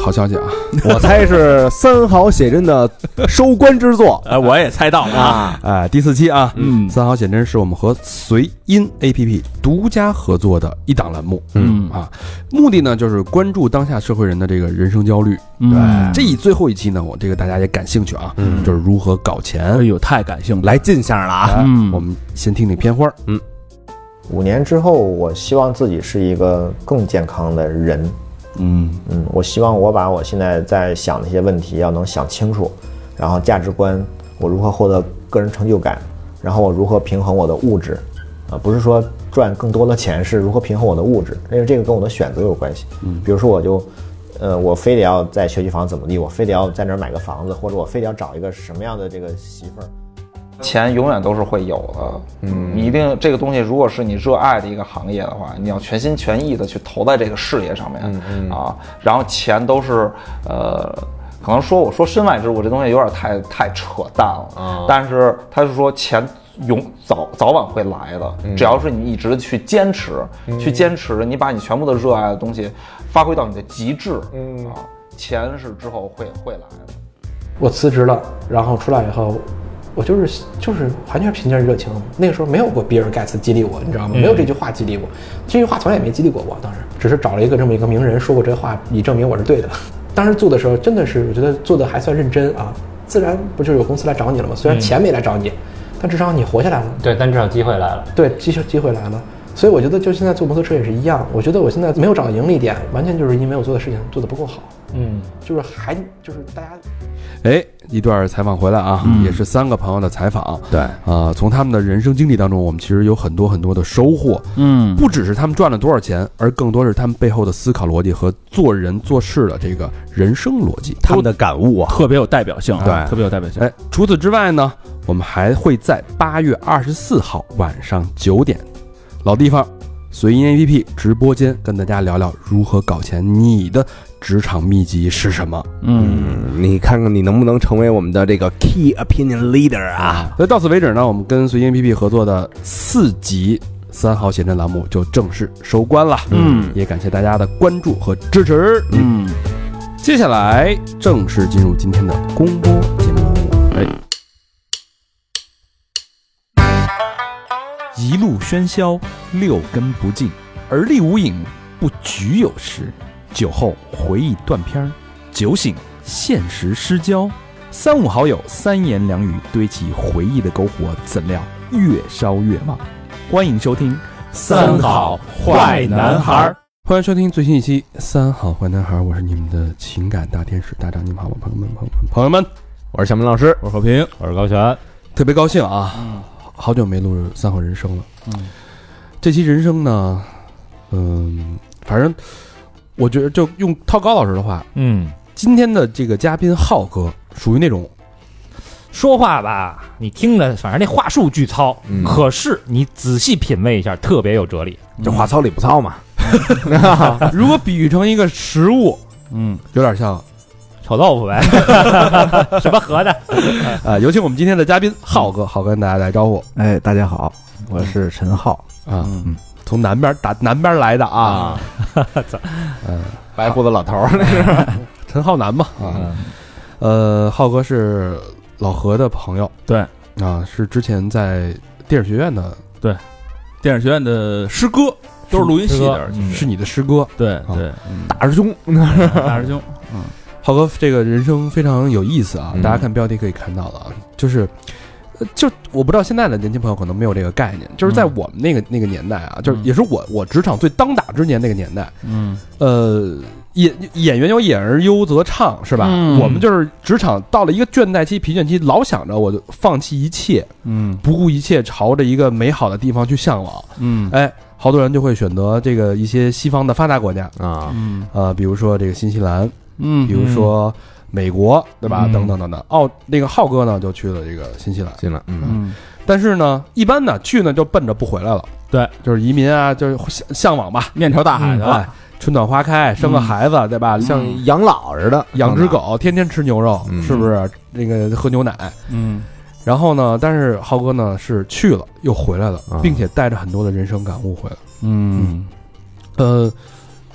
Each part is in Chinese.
好消息啊！ 我猜是三好写真的收官之作。 我也猜到了啊！ 第4期啊，三好写真是我们和随音 APP 独家合作的一档栏目。目的呢就是关注当下社会人的这个人生焦虑。这最后一期呢，我这个大家也感兴趣啊，就是如何搞钱。 哎呦，太感兴趣， 来进项了啊！ 我们先听听片花。 5年之后，我希望自己是一个更健康的人。我希望我把我现在在想的一些问题要能想清楚，然后价值观，我如何获得个人成就感，然后我如何平衡我的物质，不是说赚更多的钱，是如何平衡我的物质，因为这个跟我的选择有关系。比如说我非得要在学区房怎么地，我非得要在那儿买个房子，或者我非得要找一个什么样的这个媳妇儿。 钱永远都是会有的，你一定这个东西，如果是你热爱的一个行业的话，你要全心全意的去投在这个事业上面，然后钱都是，可能说我说身外之物这东西有点太扯淡了，但是他是说钱早晚会来的，只要是你一直去坚持，你把你全部的热爱的东西发挥到你的极致，钱是之后会来的。 我辞职了，然后出来以后。我就是完全凭借热情，那个时候没有过比尔盖茨激励我，你知道吗？没有这句话激励我，这句话从来也没激励过我，当时只是找了这么一个名人说过这话，以证明我是对的。当时做的时候真的是我觉得做的还算认真啊，自然不就有公司来找你了吗？虽然钱没来找你，但至少你活下来了。 对，但至少机会来了。对， 机会来了。所以我觉得就现在做摩托车也是一样，我觉得我现在没有找到盈利点，完全就是因为我做的事情做得不够好。就是大家。 一段采访回来啊，也是3个朋友的采访。 对从他们的人生经历当中，我们其实有很多很多的收获。不只是他们赚了多少钱，而更多是他们背后的思考逻辑和做人做事的这个人生逻辑， 他们的感悟啊， 特别有代表性。 对， 特别有代表性。 除此之外呢，我们还会在8月24号晚上9点，老地方随音 APP 直播间跟大家聊聊如何搞钱，你的职场秘籍是什么？ 你看看你能不能成为我们的这个 Key Opinion Leader 啊？ 所以到此为止呢，我们跟随音 APP 合作的4集三好写真栏目就正式收官了。也感谢大家的关注和支持。接下来正式进入今天的公播节目。 一路喧嚣，6根不净，而立无影，不局有时。酒后回忆断片，酒醒现实失焦。3、5好友3言2语堆起回忆的篝火，怎料越烧越旺。欢迎收听三好坏男孩。 欢迎收听最新一期三好坏男孩，我是你们的情感大天使大长，你们好吗？朋友们， 我是小明老师， 我是和平， 我是高璇， 特别高兴啊！好久没录三好人生了。这期人生呢，反正我觉得就用涛高老师的话，今天的这个嘉宾浩哥属于那种说话吧，你听着反正那话术巨糙，可是你仔细品味一下，特别有哲理。 这话糙理不糙嘛。 如果比喻成一个食物，有点像炒豆腐呗。什么河的？ 有请我们今天的嘉宾浩哥，浩哥跟大家打招呼。 大家好，我是陈浩啊，从南边来的啊。 白胡子老头那是陈浩南嘛浩哥是老何的朋友， 对啊，是之前在电影学院的， 对，电影学院的师哥，都是录音系的， 是你的师哥， 对， 大师兄， 大师兄。 浩哥这个人生非常有意思啊，大家看标题可以看到了啊，就我不知道现在的年轻朋友可能没有这个概念，就是在我们那个年代啊，就是也是我职场最当打之年那个年代，演员有演而优则唱是吧？我们就是职场到了一个倦怠期、疲倦期，老想着我就放弃一切，不顾一切朝着一个美好的地方去向往，好多人就会选择这个一些西方的发达国家啊，比如说这个新西兰，比如说美国，对吧？等等等等。那个浩哥呢就去了这个新西兰，但是呢，一般呢去呢就奔着不回来了， 对， 就是移民啊，就是向往吧， 面朝大海的。 春暖花开，生个孩子，对吧？ 像养老似的， 养只狗，天天吃牛肉，是不是？那个喝牛奶，然后呢，但是浩哥呢是去了又回来了，并且带着很多的人生感悟回来。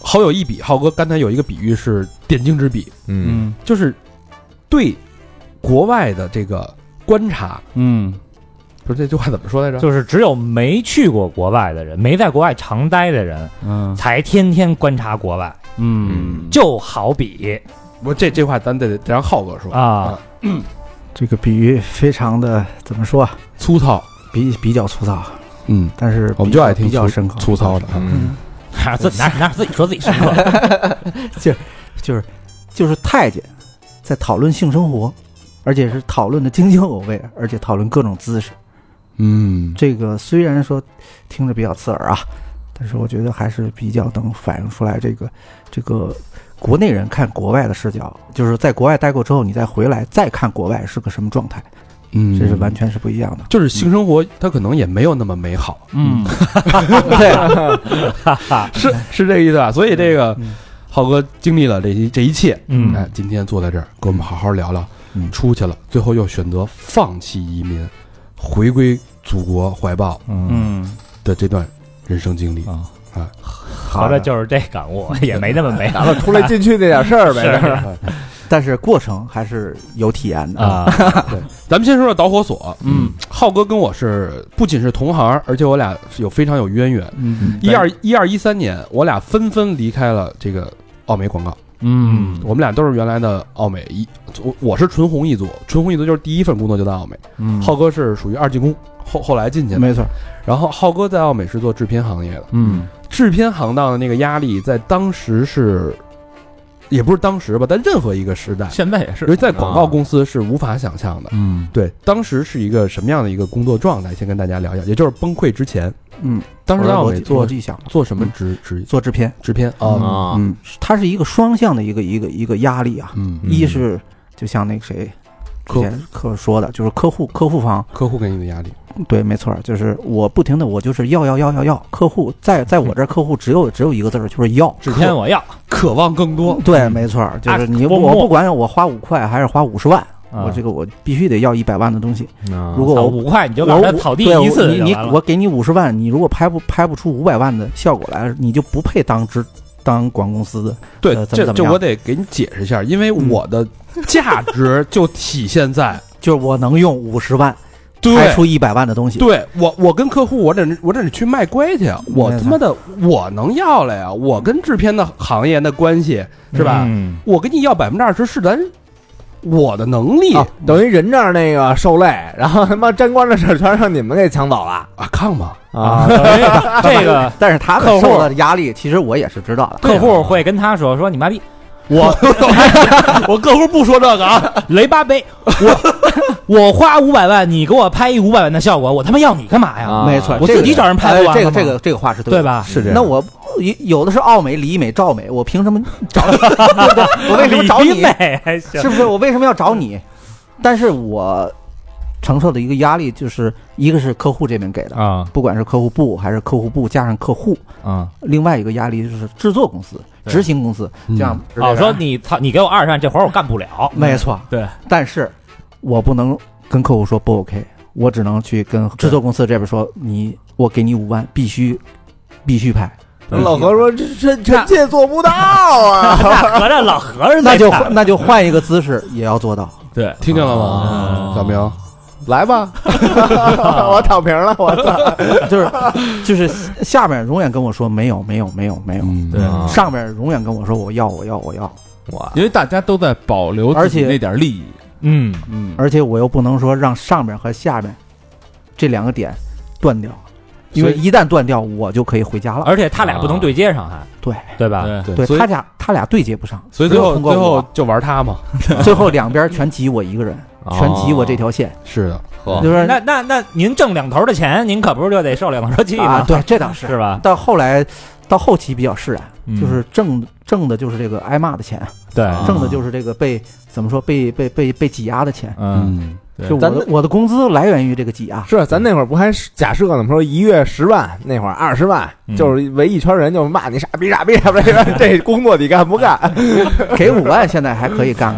好有一比，浩哥刚才有一个比喻是点睛之笔，就是对国外的这个观察，不是这句话怎么说来着？ 就是只有没去过国外的人，没在国外常待的人，才天天观察国外。就好比我这话咱得让浩哥说啊。 这个比喻非常的怎么说粗糙， 比较粗糙。但是我们就爱听比较深刻粗糙的。 哪自己说自己深刻？ 就是太监在讨论性生活，而且是讨论的津津有味，而且讨论各种姿势。这个虽然说听着比较刺耳啊，但是我觉得还是比较能反映出来这个国内人看国外的视角，就是在国外待过之后，你再回来再看国外是个什么状态。这是完全是不一样的。 就是性生活，它可能也没有那么美好。 对， 是这个意思吧？所以这个浩哥经历了这一切，今天坐在这儿跟我们好好聊聊，出去了，最后又选择放弃移民，回归祖国怀抱，的这段人生经历合着就是这感悟，也没那么美好， 出来进去那点事儿呗。 但是过程还是有体验的啊。 对，咱们先说说导火索。浩哥跟我是不仅是同行，而且我俩是非常有渊源。13年，我俩纷纷离开了这个奥美广告。我们俩都是原来的奥美我是纯红一族，纯红一族就是第一份工作就在奥美。浩哥是属于二进宫，后来进去的， 没错。 然后浩哥在奥美是做制片行业的。制片行当的那个压力，在当时是。也不是当时吧，在任何一个时代， 现在也是， 因为在广告公司是无法想象的。对，当时是一个什么样的一个工作状态？先跟大家聊一下，也就是崩溃之前。当时在奥美做什么职业？ 做制片啊。它是一个双向的一个压力啊。一是就像那个谁之前说的，就是客户方给你的压力。 对，没错，就是我不停的，我就是要，客户在我这儿，客户只有一个字儿，就是要。 制片我要， 渴望更多。 对，没错，就是我不管我花5块还是花50万，我必须得要100万的东西。如果我 5块你就把它草地一次， 我给你50万，你如果拍不出500万的效果来，你就不配当广公司的。 对，这我得给你解释一下，因为我的价值就体现在就是我能用50万。拍出100万的东西， 对我跟客户，我这去卖乖去，我他妈的我能要了呀！我跟制片的行业的关系是吧？我跟你要20%是咱我的能力， 等于人这儿那个受累，然后他妈沾光的事全让你们给抢走了啊！看吧啊，这个， 但是他们受的压力，其实我也是知道的。 客户会跟他说你妈逼。 我客户不说这个啊， 雷巴杯，我花500万，你给我拍一500万的效果，我他妈要你干嘛呀？ 没错， 我自己找人拍不完吗？ 这个话是对吧？ 是这样。 那我有的是奥美、李美、赵美，我凭什么找你？我为什么找你？是不是我为什么要找你？但是我承受的一个压力就是一个是客户这边给的啊，不管是客户部还是客户部加上客户啊，另外一个压力就是制作公司。执行公司这样说你给我20万，这活我干不了。 没错， 对。 但是我不能跟客户说不 OK， 我只能去跟制作公司这边说，我给你5万，必须拍。 老何说臣妾做不到啊， 合着老和尚那就换一个姿势也要做到。 对，听见了吗，小明？ 来吧，我躺平了，我操！ 就是下面永远跟我说没有， 对， 上面永远跟我说我要， 哇！因为大家都在保留自己那点利益， 而且我又不能说让上面和下面这2个点断掉，因为一旦断掉，我就可以回家了。 而且他俩不能对接上，还对吧？ 对，他俩对接不上， 所以最后就玩他嘛， 最后两边全挤我一个人。全挤我这条线， 是的， 就是那您挣2头的钱，您可不是就得受2头气吗？ 啊，对，这倒是吧？ 到后期比较释然，就是挣的就是这个挨骂的钱， 对， 挣的就是这个被挤压的钱，就对， 我的工资来源于这个挤压。 是，咱那会儿不还假设呢？说1月10万，那会儿20万，就是围一圈人就骂你傻逼，这工作你干不干？ 给5万现在还可以干。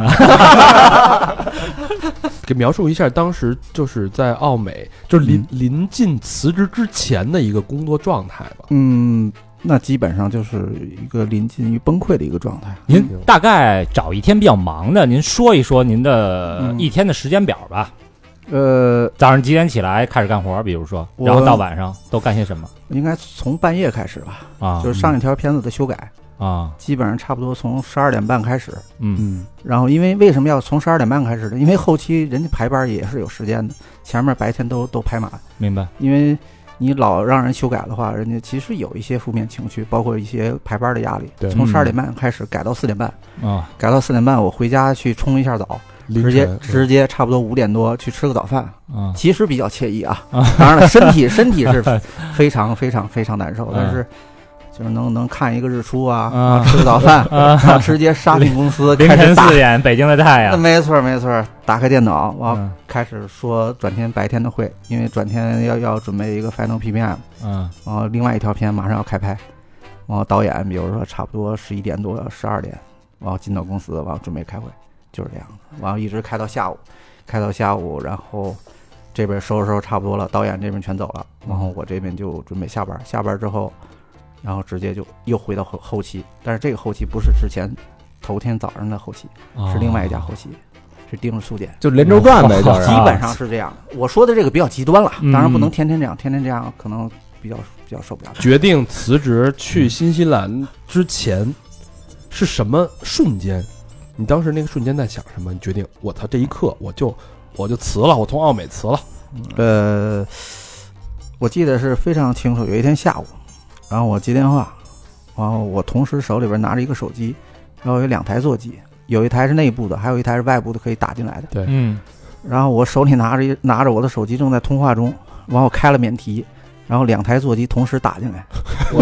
给描述一下当时就是在奥美，就是临近辞职之前的一个工作状态吧。 那基本上就是一个临近于崩溃的一个状态。 您大概找一天比较忙的，您说一说您的一天的时间表吧。早上几点起来开始干活，比如说，然后到晚上都干些什么？ 应该从半夜开始吧，就是上一条片子的修改基本上差不多从12点半开始。然后因为为什么要从12点半开始呢？因为后期人家排班也是有时间的，前面白天都排满。 明白？ 因为你老让人修改的话，人家其实有一些负面情绪，包括一些排班的压力。 对， 从12点半开始改到4点半改到4点半，我回家去冲一下澡。直接差不多5点多去吃个早饭，其实比较惬意啊。当然了，身体是非常非常非常难受，但是就是能看一个日出吃个早饭，直接杀进公司， 凌晨4点，北京的太阳。 没错，打开电脑，开始说白天的会，因为转天要准备一个 Final PPM， 然后另外一条片马上要开拍，然后导演比如说差不多11点多12点，然后进到公司，然后准备开会。就是这样，然后一直开到下午，然后这边收拾差不多了，导演这边全走了，然后我这边就准备下班之后，然后直接就又回到后期，但是这个后期不是之前头天早上的后期，是另外一家后期，是盯着素点， 就连轴转呗，就是基本上是这样的。我说的这个比较极端了，当然不能天天这样，天天这样可能比较受不了。 决定辞职去新西兰之前是什么瞬间？你当时那个瞬间在想什么？你决定，我操，这一刻我就辞了，我从奥美辞了。 我记得是非常清楚。有一天下午，然后我接电话，然后我同时手里边拿着一个手机，然后有2台座机，有一台是内部的，还有一台是外部的，可以打进来的。 对， 然后我手里拿着我的手机正在通话中，然后开了免提，然后2台座机同时打进来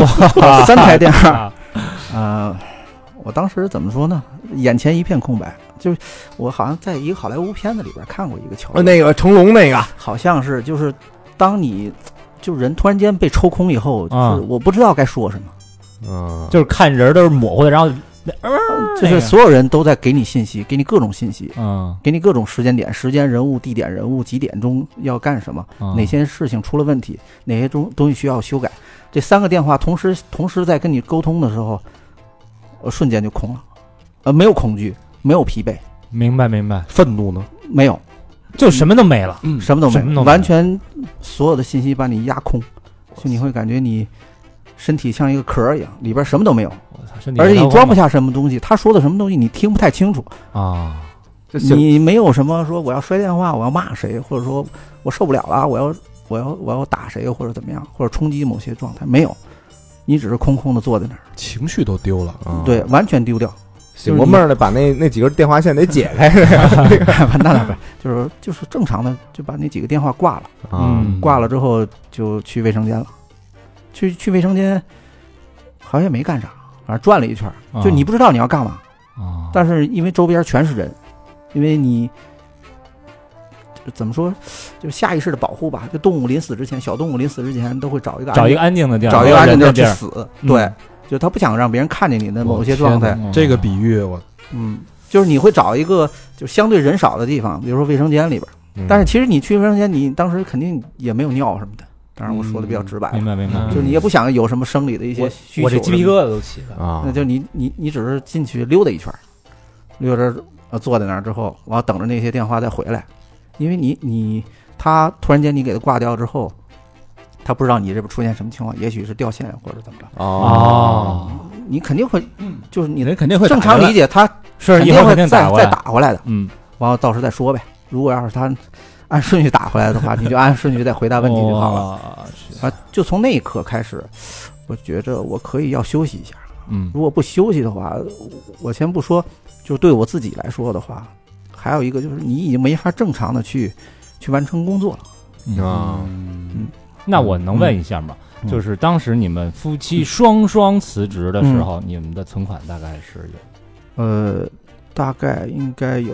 ，3台电话，我当时怎么说呢？眼前一片空白，就是我好像在一个好莱坞片子里边看过一个桥段， 那个成龙那个， 好像是就是当你就人突然间被抽空以后，就是我不知道该说什么， 就是看人都是模糊的，然后就是所有人都在给你信息，给你各种信息，给你各种时间点、时间、人物、地点、人物几点钟要干什么，哪些事情出了问题，哪些东西需要修改。这3个电话同时在跟你沟通的时候，瞬间就空了，没有恐惧，没有疲惫， 明白， 愤怒呢？ 没有， 就什么都没了， 什么都没有，完全所有的信息把你压空，就你会感觉你身体像一个壳一样，里边什么都没有，而且你装不下什么东西，他说的什么东西你听不太清楚啊，你没有什么说我要摔电话，我要骂谁，或者说我受不了了，我要打谁或者怎么样，或者冲击某些状态，没有。你只是空空的坐在那儿， 情绪都丢了， 对，完全丢掉。 我闷的把那几根电话线得解开， 那就是正常的，就把那几个电话挂了，挂了之后就去卫生间了，去卫生间，好像也没干啥，反正转了一圈，就你不知道你要干嘛，但是因为周边全是人，因为你。怎么说，就是下意识的保护吧。就动物临死之前，小动物临死之前都会找一个安静的地儿， 找一个安静的地儿去死。对，就他不想让别人看见你的某些状态。 这个比喻就是你会找一个就相对人少的地方，比如说卫生间里边。但是其实你去卫生间，你当时肯定也没有尿什么的。当然我说的比较直白， 明白。 就是你也不想有什么生理的一些需求。 我这鸡皮疙瘩都起了啊！那就你只是进去溜达一圈，溜着坐在那儿之后，我要等着那些电话再回来。因为他突然间你给他挂掉之后，他不知道你这边出现什么情况，也许是掉线或者怎么着。你肯定会，就是你肯定会正常理解，他是以后肯定再打回来的。完了到时候再说呗。如果要是他按顺序打回来的话，你就按顺序再回答问题就好了。就从那一刻开始，我觉着我可以要休息一下。如果不休息的话，我先不说，就是对我自己来说的话。还有一个就是你已经没法正常的去完成工作了那我能问一下吗？就是当时你们夫妻双辞职的时候，你们的存款大概是有？大概应该有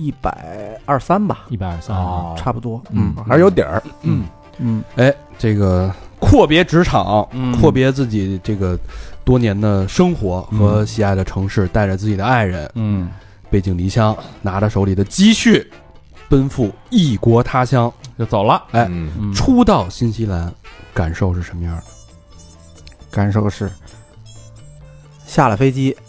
123吧 ，123 差不多。 还是有底儿。 这个阔别职场，阔别自己这个多年的生活和喜爱的城市，带着自己的爱人，背井离乡，拿着手里的积蓄，奔赴异国他乡就走了。 初到新西兰，感受是什么样的？ 感受是下了飞机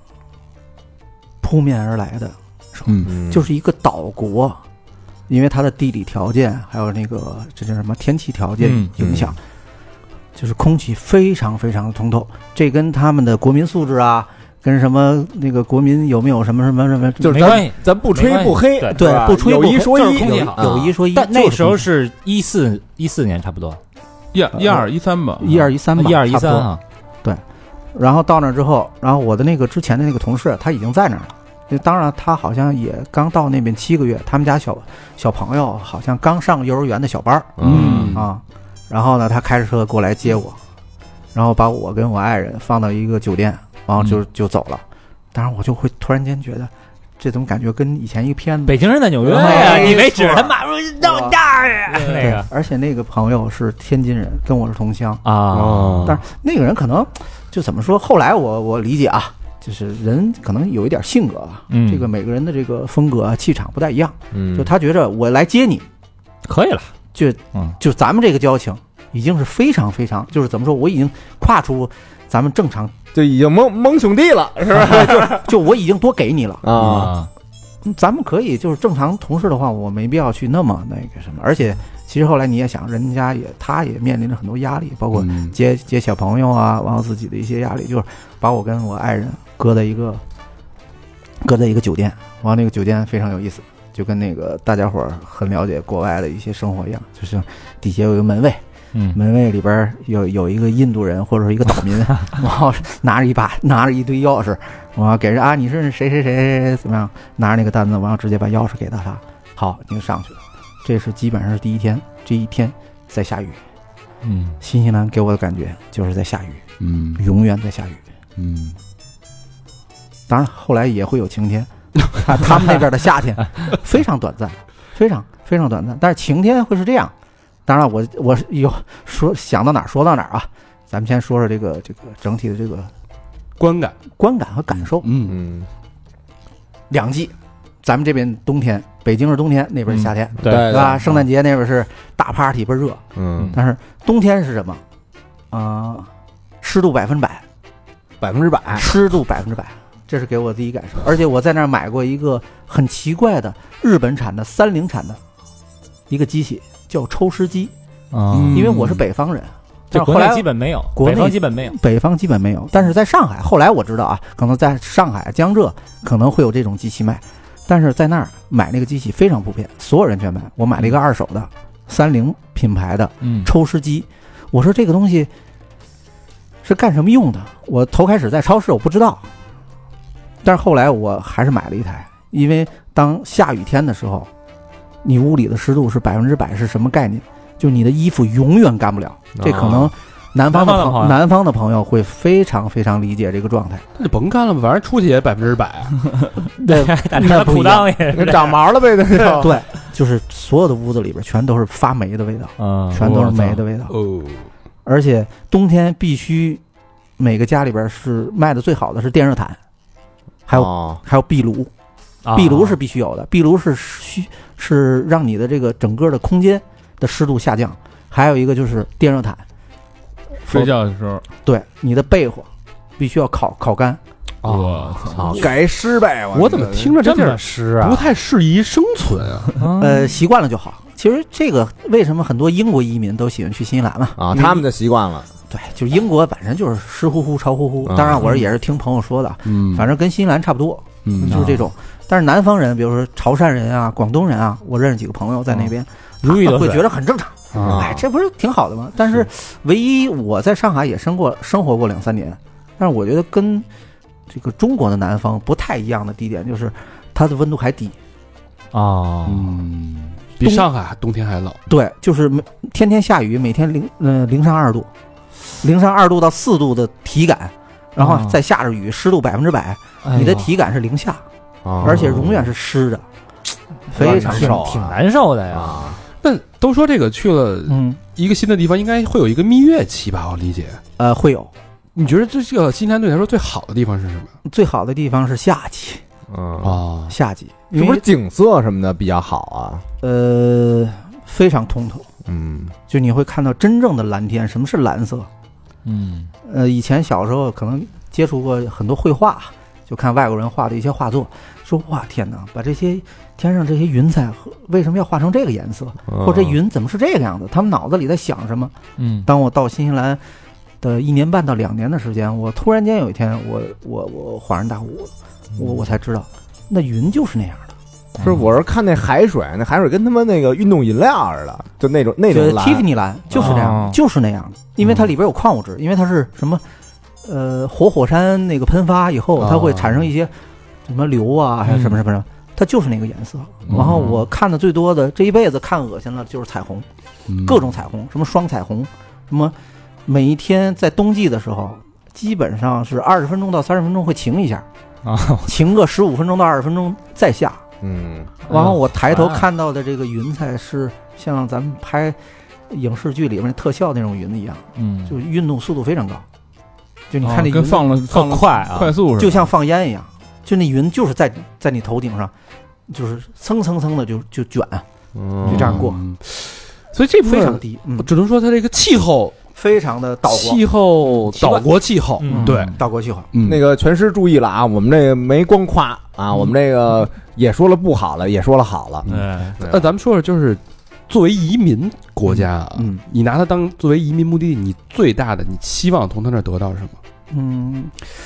扑面而来的，就是一个岛国，因为它的地理条件还有那个这叫什么天气条件影响，就是空气非常非常的通透。这跟他们的国民素质啊，跟什么那个国民有没有什么， 就是咱不吹不黑， 对，不吹不黑， 有一说一， 有一说一。 但那时候是14年差不多 ，1213吧 ，1213吧 ，1213啊。 对，然后到那之后，然后我的那个之前的那个同事他已经在那儿了。当然，他好像也刚到那边7个月，他们家小朋友好像刚上幼儿园的小班然后呢，他开着车过来接我，然后把我跟我爱人放到一个酒店，然后就走了。当然，我就会突然间觉得，这怎么感觉跟以前一个片子《 北京人在纽约》呀？你没指他马路闹大呀？那个， 而且那个朋友是天津人，跟我是同乡啊。 但是那个人可能就怎么说？后来我理解啊。就是人可能有一点性格啊，这个每个人的这个风格啊、气场不太一样，就他觉着我来接你， 可以了， 就咱们这个交情已经是非常非常，就是怎么说，我已经跨出咱们正常， 就已经蒙兄弟了，是吧？ 就我已经多给你了啊，咱们可以就是正常同事的话，我没必要去那么那个什么，而且其实后来你也想，人家他也面临着很多压力，包括接小朋友啊，然后自己的一些压力，就是把我跟我爱人搁在一个酒店，然后那个酒店非常有意思，就跟那个大家伙儿很了解国外的一些生活一样，就是底下有一个门卫，门卫里边有一个印度人或者是一个岛民，然后拿着一堆钥匙，我给人啊，你是谁怎么样，拿着那个单子，然后直接把钥匙给他了，好，你就上去了。这是基本上是第一天，这一天在下雨，新西兰给我的感觉就是在下雨，永远在下雨，当然后来也会有晴天，他们那边的夏天非常短暂，非常非常短暂，但是晴天会是这样。当然我有想到哪儿说到哪儿啊，咱们先说说这个整体的这个观感和感受。两季，咱们这边冬天，北京是冬天，那边是夏天，对吧？圣诞节那边是大 party 倍儿热，但是冬天是什么？湿度100%，湿度100%，这是给我第一感受。而且我在那儿买过一个很奇怪的日本产的30产的一个机器，叫抽湿机，因为我是北方人。 这国内基本没有，北方基本没有。但是在上海，后来我知道啊，可能在上海、江浙可能会有这种机器卖，但是在那儿买那个机器非常普遍，所有人全买。我买了一个二手的30品牌的抽湿机，我说这个东西是干什么用的？我头开始在超市我不知道，但是后来我还是买了一台，因为当下雨天的时候，你屋里的湿度是100%，是什么概念？就你的衣服永远干不了，这可能南方的朋友会非常非常理解这个状态。 那就甭干了吧，反正出去也100%啊。 对，那裤裆也长毛了呗，那对，就是所有的屋子里边全都是发霉的味道，全都是霉的味道。而且冬天必须每个家里边是卖的最好的是电热毯，还有壁炉，壁炉是必须有的，壁炉是让你的这个整个的空间的湿度下降，还有一个就是电热毯， 睡觉的时候， 对你的被窝必须要烤干。 我操， 改湿呗！ 我怎么听着这么湿啊？ 不太适宜生存啊？ 习惯了就好。其实这个为什么很多英国移民都喜欢去新西兰嘛？ 他们就习惯了。 对，就是英国本身就是湿乎乎、潮乎乎。当然，我也是听朋友说的，反正跟新西兰差不多，就是这种。但是南方人，比如说潮汕人啊、广东人啊，我认识几个朋友在那边，会觉得很正常。哎，这不是挺好的吗？但是唯一我在上海也生活过2-3年，但是我觉得跟这个中国的南方不太一样的地点就是它的温度还低比上海冬天还冷。对， 就是天天下雨，每天零上2度，零上2度到4度的体感，然后再下着雨，湿度100%，你的体感是零下，而且永远是湿的，非常挺难受的呀。 那都说这个去了一个新的地方，应该会有一个蜜月期吧？我理解。 会有。 你觉得这个新西兰对你来说最好的地方是什么？ 最好的地方是夏季。夏季是不是景色什么的比较好啊？ 非常通透。就你会看到真正的蓝天。什么是蓝色？ 以前小时候可能接触过很多绘画，就看外国人画的一些画作，说哇天哪，把这些天上这些云彩为什么要画成这个颜色，或者这云怎么是这个样子？他们脑子里在想什么？当我到新西兰的1年半到2年的时间，我突然间有一天，我恍然大悟，我才知道，那云就是那样的。 是，我是看那海水，那海水跟他们那个运动饮料似的，就那种蓝 ，Tiffany 蓝就是这样，就是那样的，因为它里边有矿物质，因为它是什么，火山那个喷发以后，它会产生一些什么硫啊，还是什么，它就是那个颜色。然后我看的最多的，这一辈子看恶心了，就是彩虹，各种彩虹，什么双彩虹，什么每一天在冬季的时候，基本上是20分钟到30分钟会晴一下，晴个15分钟到20分钟再下。然后我抬头看到的这个云彩是像咱们拍影视剧里面特效那种云一样，就运动速度非常高，就你看那云跟放了快啊，快速似的， 就像放烟一样，就那云就是在你头顶上，就是蹭蹭蹭的就卷，就这样过， 所以这部分非常低， 只能说它这个气候非常的岛国气候，对， 岛国气候。 那个全师注意了啊，我们这个没光夸啊，我们这个也说了不好了，也说了好了。 那咱们说说，就是作为移民国家啊，你拿它当作为移民目的地，你最大的你期望从他那儿得到什么？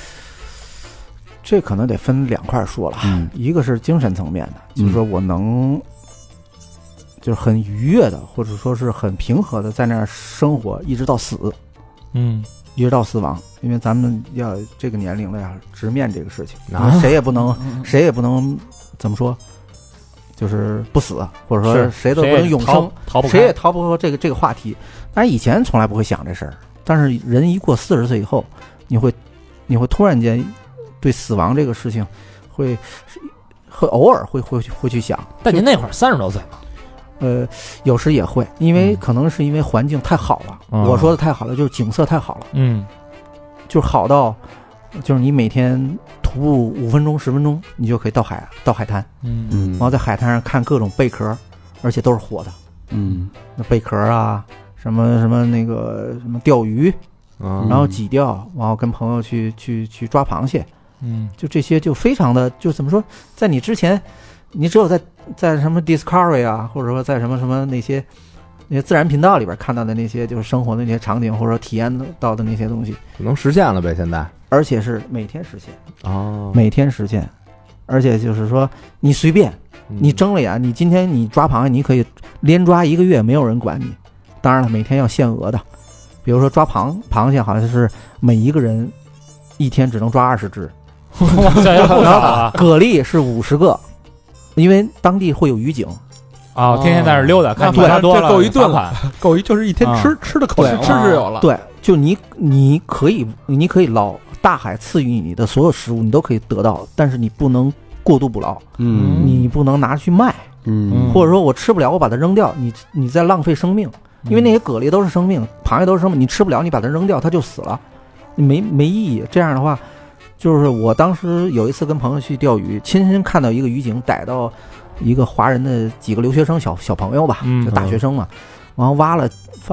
这可能得分2块说了，一个是精神层面的，就是说我能。就是很愉悦的，或者说是很平和的在那儿生活，一直到死，一直到死亡，因为咱们要这个年龄了，要直面这个事情，谁也不能怎么说，就是不死，或者说谁都不能永生，谁也逃不过这个话题。当然以前从来不会想这事儿，但是人一过40岁以后，你会突然间对死亡这个事情会偶尔会去想。 但您那会儿30多岁嘛？ 有时也会，因为可能是因为环境太好了，我说的太好了，就是景色太好了，就是好到，就是你每天徒步5分钟10分钟，你就可以到海滩，然后在海滩上看各种贝壳，而且都是活的，那贝壳啊，什么那个什么钓鱼，然后饑钓，然后跟朋友去抓螃蟹，就这些就非常的，就怎么说，在你之前。你只有在什么 Discovery 啊，或者说在什么那些自然频道里边看到的那些就是生活的那些场景，或者说体验到的那些东西， 能实现了呗？现在， 而且是每天实现每天实现，而且就是说你随便，你睁了眼，你今天你抓螃蟹，你可以连抓1个月，没有人管你。当然了，每天要限额的，比如说抓螃蟹，好像是每一个人1天只能抓20只， 然后蛤蜊是50个。因为当地会有渔警天天在那溜达，看对， 多了够一顿了，够一就是一天吃的口吃是有了。 对，就你可以大海赐予你的所有食物，你都可以得到，但是你不能过度捕捞，你不能拿去卖，或者说我吃不了，我把它扔掉，你在浪费生命，因为那些蛤蜊都是生命，螃蟹都是生命，你吃不了，你把它扔掉，它就死了，没意义。这样的话。就是我当时有一次跟朋友去钓鱼，亲身看到一个渔警逮到一个华人的几个留学生小朋友吧，就大学生嘛，然后发了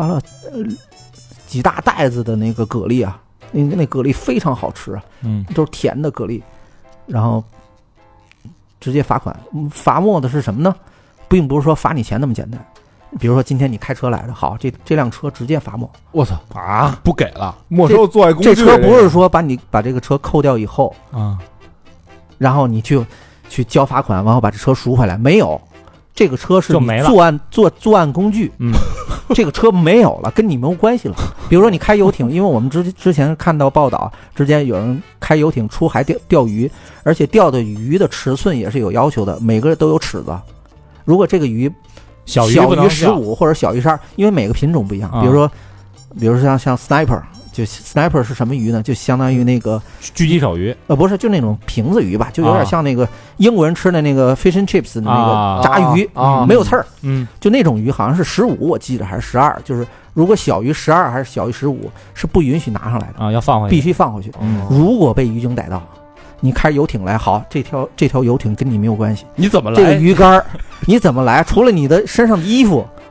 几大袋子的那个蛤蜊啊，那蛤蜊非常好吃啊，都是甜的蛤蜊，然后直接罚款。罚没的是什么呢？并不是说罚你钱那么简单。比如说今天你开车来的，好，这辆车直接罚没。 我操啊！不给了， 没收作业工具。 这车不是说把这个车扣掉以后然后你去交罚款，然后把这车赎回来，没有。这个车是你作案工具，这个车没有了，跟你没有关系了。比如说你开游艇，因为我们之前看到报道，之前有人开游艇出海钓鱼，而且钓的鱼的尺寸也是有要求的，每个都有尺子。如果这个鱼小于15或者小于12，因为每个品种不一样。比如说像 sniper， 就 sniper 是什么鱼呢？就相当于那个狙击手鱼， 不是，就那种瓶子鱼吧，就有点像那个英国人吃的那个 fish and chips 的那个炸鱼，没有刺儿。就那种鱼好像是15，我记得还是12，就是如果小于12还是小于15，是不允许拿上来的要放回去， 必须放回去。如果被渔警逮到，你开游艇来，好，这条游艇跟你没有关系， 你怎么来？ 这个鱼竿你怎么来？除了你的身上的衣服，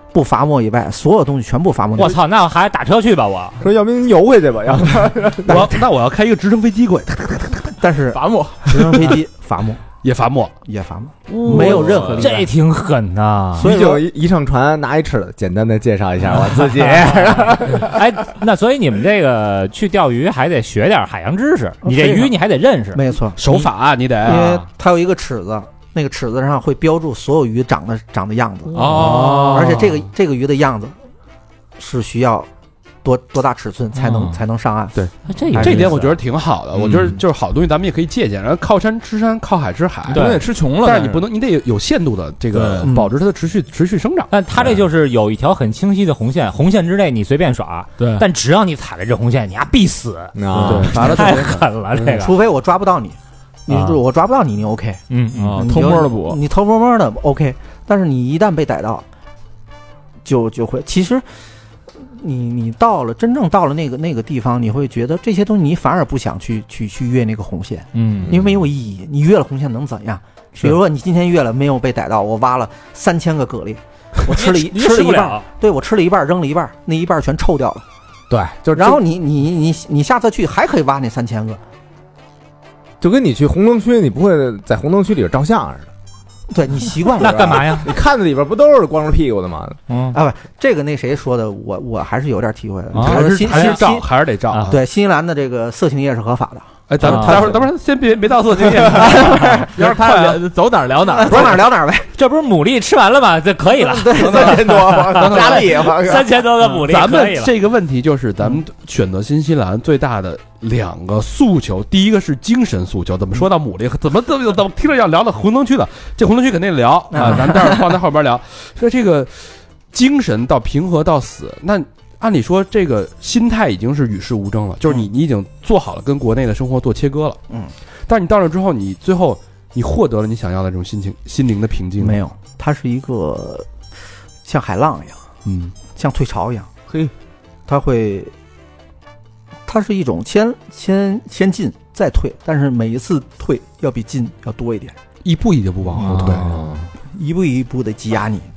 不罚没以外，所有东西全部罚没。 我操，那我还打车去吧，我说要不你游回去吧，要不那我要开一个直升飞机过去， 但是罚没直升飞机罚没也罚没， 也罚没，没有任何例外。 这挺狠的。 所以就一上船拿一吃的，简单的介绍一下我自己。 哎，那所以你们这个去钓鱼还得学点海洋知识，你这鱼你还得认识， 没错， 手法你得， 因为它有一个尺子。那个尺子上会标注所有鱼长的样子哦， 而且这个鱼的样子是需要多大尺寸才能上岸。 对，这点我觉得挺好的。我觉得就是好东西咱们也可以借鉴，然后靠山吃山，靠海吃海， 对， 得吃穷了，但是你不能，你得有限度的这个保持它的持续生长。 但它这就是有一条很清晰的红线，红线之内你随便耍， 对， 但只要你踩了这红线，你还必死。 对， 太狠了这个， 除非我抓不到你。我抓不到你 OK， 偷摸的捕， 你偷摸的 OK， 但是你一旦被逮到，就会，其实你真正到了那个地方，你会觉得这些东西你反而不想去越那个红线，因为没有意义，你越了红线能怎样？比如说你今天越了没有被逮到，我挖了3000个蛤蜊，我吃了一半，对，我吃了一半扔了一半，那一半全臭掉了， 对，就然后你下次去还可以挖那3000个。 就跟你去红灯区，你不会在红灯区里边照相似的。 对，你习惯了那干嘛呀？ 你看着里边不都是光着屁股的吗？ 不，这个那谁说的，我还是有点体会的。 还是得照。 对，新西兰的这个色情业是合法的。 哎，咱们待会儿先别到色情业，要是他走哪儿聊哪儿， 走哪儿聊哪儿呗。 这不是牡蛎吃完了吗？这可以了。 对，3000多加力 ，3000多个牡蛎。 咱们这个问题就是咱们选择新西兰最大的2个诉求，第一个是精神诉求。怎么说到牡蛎？怎么听着要聊到红灯区的？这红灯区肯定聊啊，咱们待会儿放在后边聊。说这个精神到平和到死，那按理说这个心态已经是与世无争了，就是你已经做好了跟国内的生活做切割了。但是你到那之后，你最后你获得了你想要的这种心灵的平静没有？它是一个像海浪一样，像退潮一样。它是一种先进再退，但是每一次退要比进要多一点， 一步一步往后退， 一步一步的挤压你。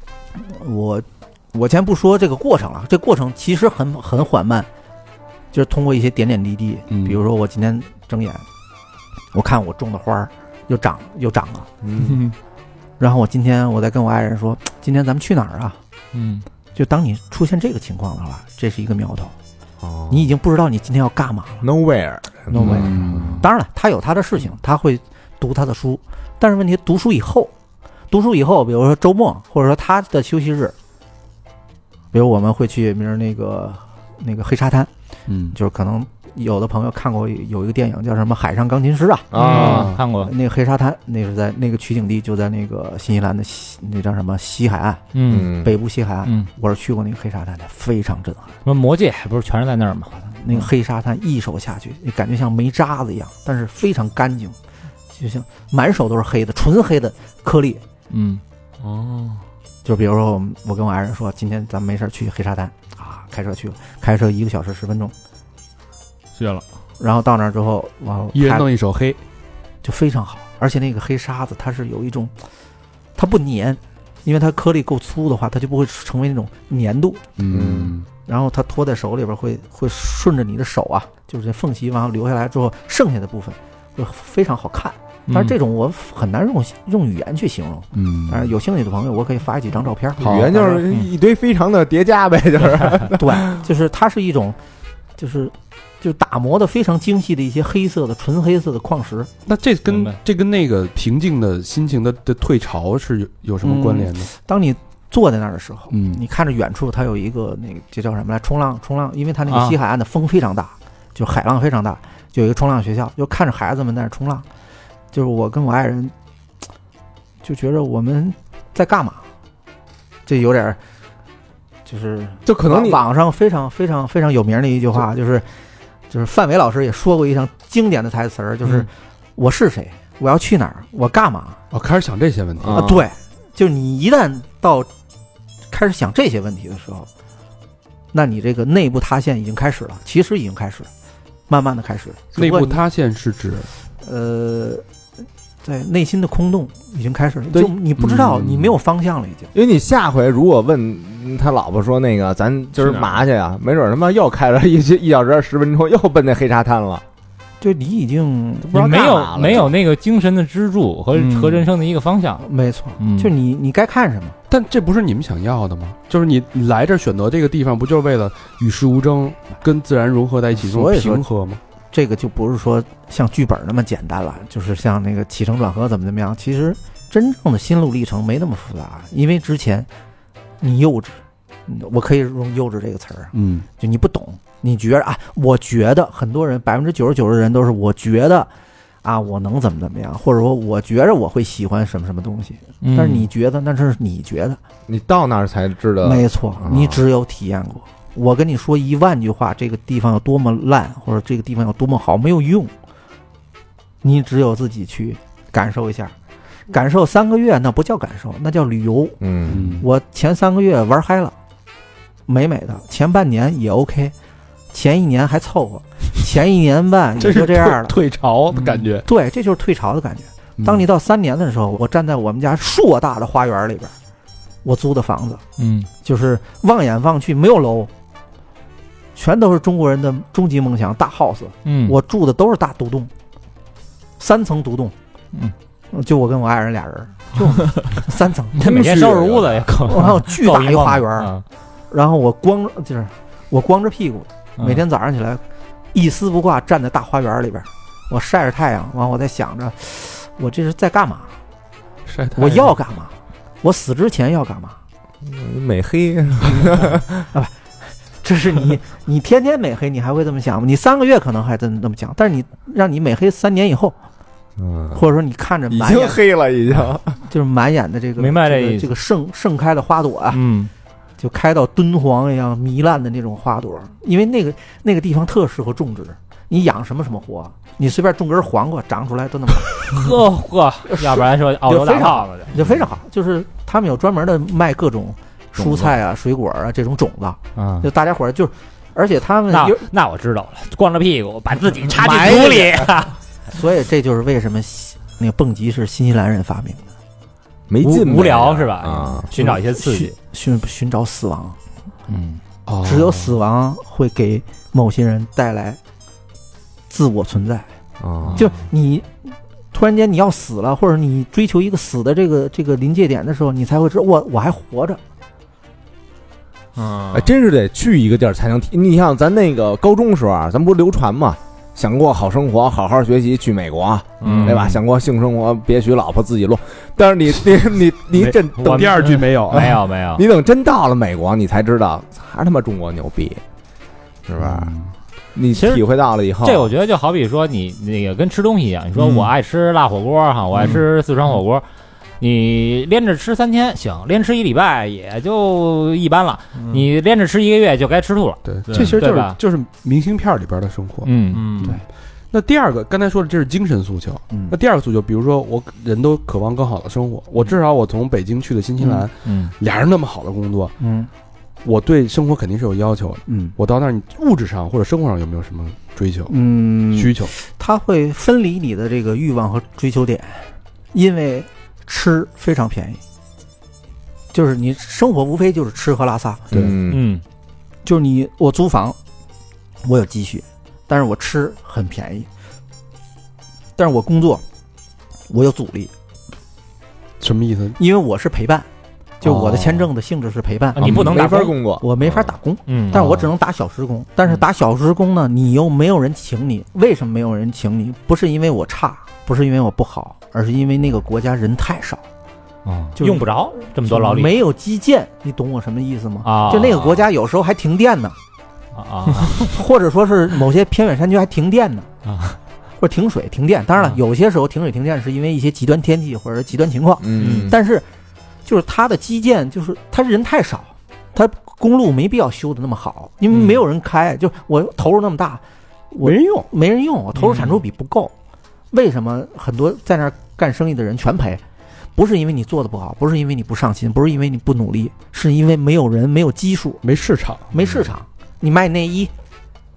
我先不说这个过程了，这过程其实很缓慢，就是通过一些点点滴滴，比如说我今天睁眼，我看我种的花又长了，然后我再跟我爱人说，今天咱们去哪儿啊？就当你出现这个情况的话，这是一个苗头。你已经不知道你今天要干嘛了。 Nowhere。 当然了，他有他的事情，他会读他的书，但是问题读书以后，比如说周末，或者说他的休息日，比如我们会去，比如那个黑沙滩，就是可能有的朋友看过有一个电影叫什么《海上钢琴师》 啊，看过。 那个黑沙滩，那是在那个取景地就在那个新西兰的那叫什么西海岸，北部西海岸。我是去过那个黑沙滩的，非常震撼。 什么魔戒不是全是在那儿吗？ 那个黑沙滩一手下去，你感觉像煤渣子一样，但是非常干净，就像满手都是黑的，纯黑的颗粒。就比如说我跟我爱人说，今天咱们没事去黑沙滩啊，开车去了，开车1个小时10分钟。 去了， 然后到那儿之后， 一人弄一手黑， 就非常好。而且那个黑沙子它是有一种，它不粘，因为它颗粒够粗的话，它就不会成为那种粘度。然后它拖在手里边会顺着你的手啊，就是这缝隙往留下来之后，剩下的部分会非常好看。但是这种我很难用语言去形容。但是有兴趣的朋友，我可以发几张照片。 语言就是一堆非常的叠加呗，就是对，就是它是一种，就是打磨的非常精细的一些黑色的纯黑色的矿石。 那这跟那个平静的心情的退潮是有什么关联呢？ 当你坐在那儿的时候，你看着远处它有一个那个这叫什么来冲浪，因为它那个西海岸的风非常大，就海浪非常大，就有一个冲浪学校，就看着孩子们在那冲浪，就是我跟我爱人就觉得我们在干嘛，这有点就可能你网上非常非常非常有名的一句话就是范伟老师也说过一场经典的台词儿，就是我是谁，我要去哪儿，我干嘛。 开始想这些问题啊，对，就是你一旦到开始想这些问题的时候，那你这个内部塌陷已经开始了，其实已经开始了，慢慢的开始。 内部塌陷是指在内心的空洞已经开始，就你不知道，你没有方向了已经。 因为你下回如果问他老婆说那个咱今儿嘛去呀，没准他妈又开了1小时10分钟，又奔那黑沙滩了。 就你已经你没有那个精神的支柱和人生的一个方向。 没错，就你该看什么。 但这不是你们想要的吗？就是你来这选择这个地方，不就是为了与世无争，跟自然融合在一起，这种平和吗？ 这个就不是说像剧本那么简单了，就是像那个起承转合怎么样。其实真正的心路历程没那么复杂，因为之前你幼稚，我可以用幼稚这个词儿，就你不懂，你觉得啊，我觉得很多人99%的人都是我觉得啊，我能怎么样，或者说我觉得我会喜欢什么东西，但是你觉得那是你觉得， 你到那儿才知道。 没错，你只有体验过。我跟你说10000句话，这个地方有多么烂，或者这个地方有多么好，没有用。你只有自己去感受一下，感受3个月那不叫感受，那叫旅游。我前3个月玩嗨了，美的，前半年也 OK， 前1年还凑合，前1年半也就这样了， 退潮的感觉。 对，这就是退潮的感觉。当你到3年的时候，我站在我们家硕大的花园里边，我租的房子，就是望眼望去没有楼，全都是中国人的终极梦想大 house。我住的都是大独栋，3层独栋。就我跟我爱人俩人，就3层。 他每天收拾屋子也够， 然后巨大一花园，然后我光着屁股，每天早上起来一丝不挂站在大花园里边，我晒着太阳，完我在想着，我这是在干嘛？ 晒太阳， 我要干嘛？我死之前要干嘛？ 美黑啊！这是你天天美黑，你还会这么想吗？你3个月可能还真这么想，但是你让你美黑3年以后，或者说你看着满眼已经黑了，已经就是满眼的这个明白这个盛开的花朵啊，就开到敦煌一样糜烂的那种花朵，因为那个地方特适合种植，你养什么活，你随便种根黄瓜长出来都能呵，要不然说澳洲大炮子就非常好，就是他们有专门的卖各种蔬菜啊、水果啊这种种子，就大家伙就，而且他们那我知道了，光着屁股把自己插进土里， 所以这就是为什么那个蹦极是新西兰人发明的， 没劲无聊是吧？寻找一些刺激， 寻找死亡，只有死亡会给某些人带来自我存在，就你突然间你要死了，或者你追求一个死的这个临界点的时候，你才会知道我还活着。 真是得去一个地儿才能你像咱那个高中时候啊，咱不是流传嘛，想过好生活，好好学习，去美国，对吧？想过性生活，别娶老婆自己录。但是你真等第2句没有， 没有， 你等真到了美国，你才知道还是他妈中国牛逼，是吧？你体会到了以后， 这我觉得就好比说你那个跟吃东西一样，你说我爱吃辣火锅哈，我爱吃四川火锅，你连着吃3天行，连吃1礼拜也就一般了，你连着吃1个月就该吃吐了。 对，这其实就是明信片里边的生活。对。那第2个刚才说的这是精神诉求，那第2个诉求，比如说我人都渴望更好的生活，我至少我从北京去的新西兰，俩人那么好的工作，我对生活肯定是有要求的。我到那儿，你物质上或者生活上有没有什么追求？需求？ 它会分离你的这个欲望和追求点，因为吃非常便宜，就是你生活无非就是吃喝拉撒。 对， 就是我租房，我有积蓄，但是我吃很便宜，但是我工作，我有阻力。 什么意思？ 因为我是陪伴。就我的签证的性质是陪伴， 你不能没法工作， 我没法打工，但是我只能打小时工。但是打小时工呢，你又没有人请你，为什么没有人请你？不是因为我差，不是因为我不好，而是因为那个国家人太少， 就用不着这么多劳力， 没有基建，你懂我什么意思吗？就那个国家有时候还停电呢，或者说是某些偏远山区还停电呢，或者停水停电。当然了，有些时候停水停电是因为一些极端天气或者极端情况，但是。就是它的基建，就是它人太少，它公路没必要修的那么好，因为没有人开。就我投入那么大， 没人用， 我投入产出比不够。为什么很多在那儿干生意的人全赔？不是因为你做的不好，不是因为你不上心，不是因为你不努力，是因为没有人，没有基数， 没市场。 你卖内衣，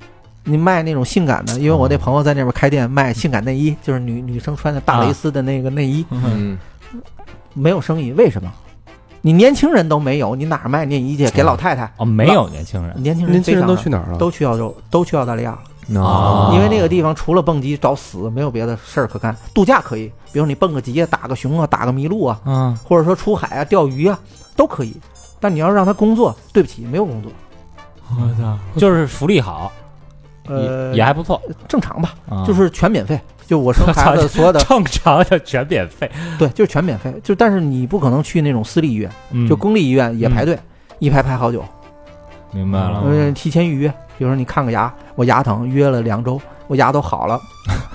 你卖那种性感的，因为我那朋友在那边开店卖性感内衣，就是女生穿的大蕾丝的那个内衣，没有生意，为什么？你年轻人都没有，你哪儿卖内衣去？给老太太没有年轻人， 年轻人都去哪儿了？ 都去澳洲，都去澳大利亚了。因为那个地方除了蹦极找死，没有别的事儿可干。度假可以，比如你蹦个极啊，打个熊啊，打个麋鹿啊，或者说出海啊，钓鱼啊，都可以。但你要让他工作，对不起，没有工作。 我操，就是福利好，也还不错， 正常吧，就是全免费。就我生孩子所有的正常的全免费， 对，就是全免费。就但是你不可能去那种私立医院，就公立医院也排队，一排好久。 明白了， 提前预约。比如说你看个牙，我牙疼，约了2周，我牙都好了，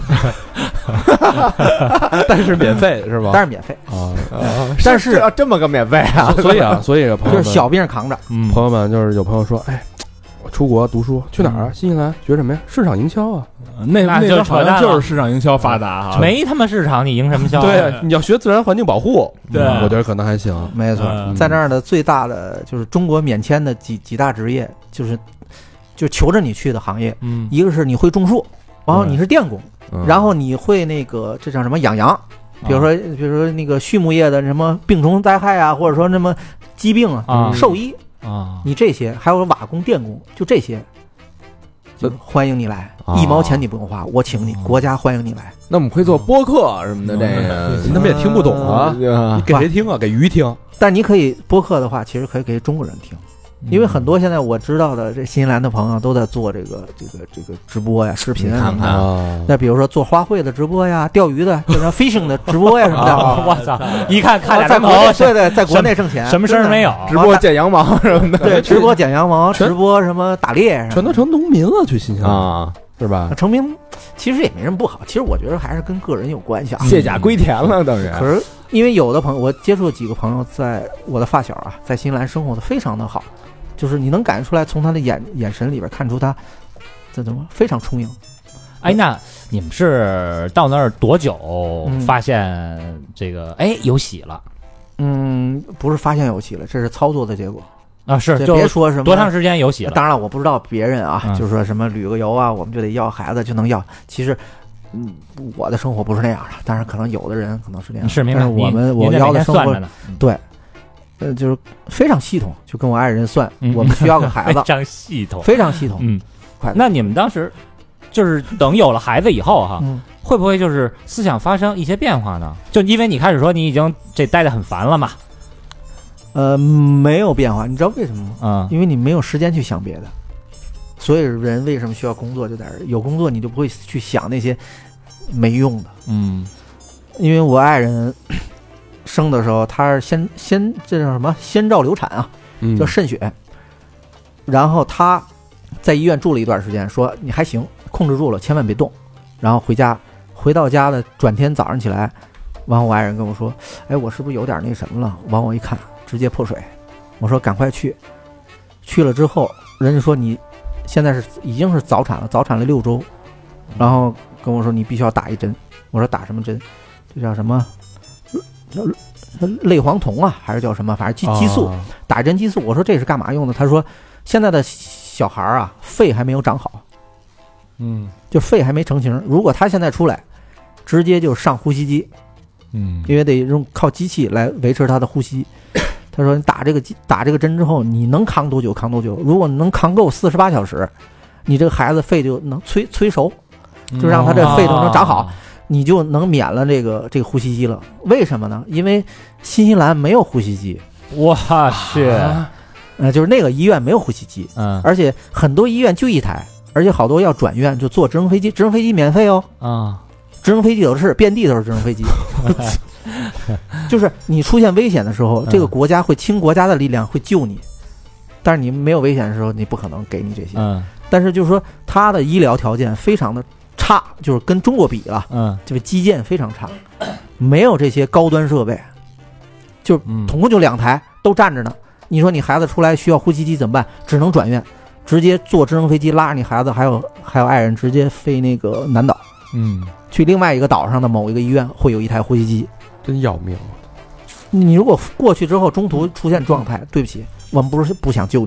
但是免费是吧？ 但是免费啊，但是要这么个免费啊， 所以朋友们就是小病扛着。 朋友们就是有朋友说，哎，我出国读书去哪儿啊？新西兰学什么呀？市场营销啊。 那就好像就是市场营销发达哈， 没他妈市场你营什么销？ 对，你要学自然环境保护， 对， 我觉得可能还行。 没错，在那儿的最大的就是中国免签的几大职业，就求着你去的行业，一个是你会种树，然后你是电工，然后你会那个这叫什么养羊，比如说那个畜牧业的什么病虫灾害啊，或者说什么疾病啊，兽医啊，你这些还有瓦工、电工，就这些。欢迎你来，1毛钱你不用花，我请你，国家欢迎你来。 那我们会做播客什么的，这个他们也听不懂啊，你给谁听啊？给鱼听。 但你可以播客的话，其实可以给中国人听。因为很多现在我知道的这新西兰的朋友都在做这个直播呀、视频啊。那比如说做花卉的直播呀、钓鱼的，就是 fishing 的直播呀什么的。 我操！一看俩在国内，对，在国内挣钱， 什么事儿没有？ 直播剪羊毛什么的。 对，直播剪羊毛，直播什么打猎， 全都成农民了，去新西兰啊，是吧？ 成名其实也没什么不好，其实我觉得还是跟个人有关系啊。 卸甲归田了，等于。 可是因为有的朋友，我接触了几个朋友，在我的发小啊，在新西兰生活的非常的好。就是你能感觉出来，从他的眼神里边看出他这怎么非常充盈。 哎，那你们是到那儿多久发现这个？哎，有喜了？ 不是发现有喜了，这是操作的结果啊。是， 就别说什么多长时间有喜了。 当然我不知道别人啊，就说什么旅个游啊，我们就得要孩子就能要。其实，我的生活不是那样的，但是可能有的人可能是那样。 是明白。 我要的生活对。就是非常系统，就跟我爱人算，我们需要个孩子， 非常系统， 非常系统。 那你们当时就是等有了孩子以后哈，会不会就是思想发生一些变化呢？就因为你开始说你已经这待得很烦了嘛？ 没有变化，你知道为什么吗？因为你没有时间去想别的。所以人为什么需要工作，就在这儿，有工作你就不会去想那些没用的。因为我爱人。生的时候，他是先这叫什么？先兆流产啊，叫渗血。然后他在医院住了一段时间，说你还行，控制住了，千万别动。然后回到家的转天早上起来，完后我爱人跟我说：“哎，我是不是有点那什么了？”完我一看，直接破水。我说：“赶快去。”去了之后，人家说你现在已经是早产了6周，然后跟我说你必须要打一针。我说打什么针？这叫什么？类黄酮啊，还是叫什么？反正激素，打一针激素。我说这是干嘛用的？他说现在的小孩啊，肺还没有长好，就肺还没成型。如果他现在出来，直接就上呼吸机，因为得用靠机器来维持他的呼吸。他说你打这个针之后，你能扛多久？如果你能扛够48小时，你这个孩子肺就能催熟，就让他这肺都能长好。你就能免了这个呼吸机了。为什么呢？因为新西兰没有呼吸机。 我去， 就是那个医院没有呼吸机，而且很多医院就一台，而且好多要转院就坐直升飞机，直升飞机免费哦。直升飞机有的是，遍地都是直升飞机。就是你出现危险的时候，这个国家会倾国家的力量会救你，但是你没有危险的时候，你不可能给你这些。但是就是说，他的医疗条件非常的。差，就是跟中国比了，这个基建非常差，没有这些高端设备，就总共就2台都站着呢。你说你孩子出来需要呼吸机怎么办？只能转院，直接坐直升飞机拉着你孩子还有爱人直接飞那个南岛，去另外一个岛上的某一个医院会有一台呼吸机， 真要命。 你如果过去之后中途出现状态，对不起，我们不是不想救你，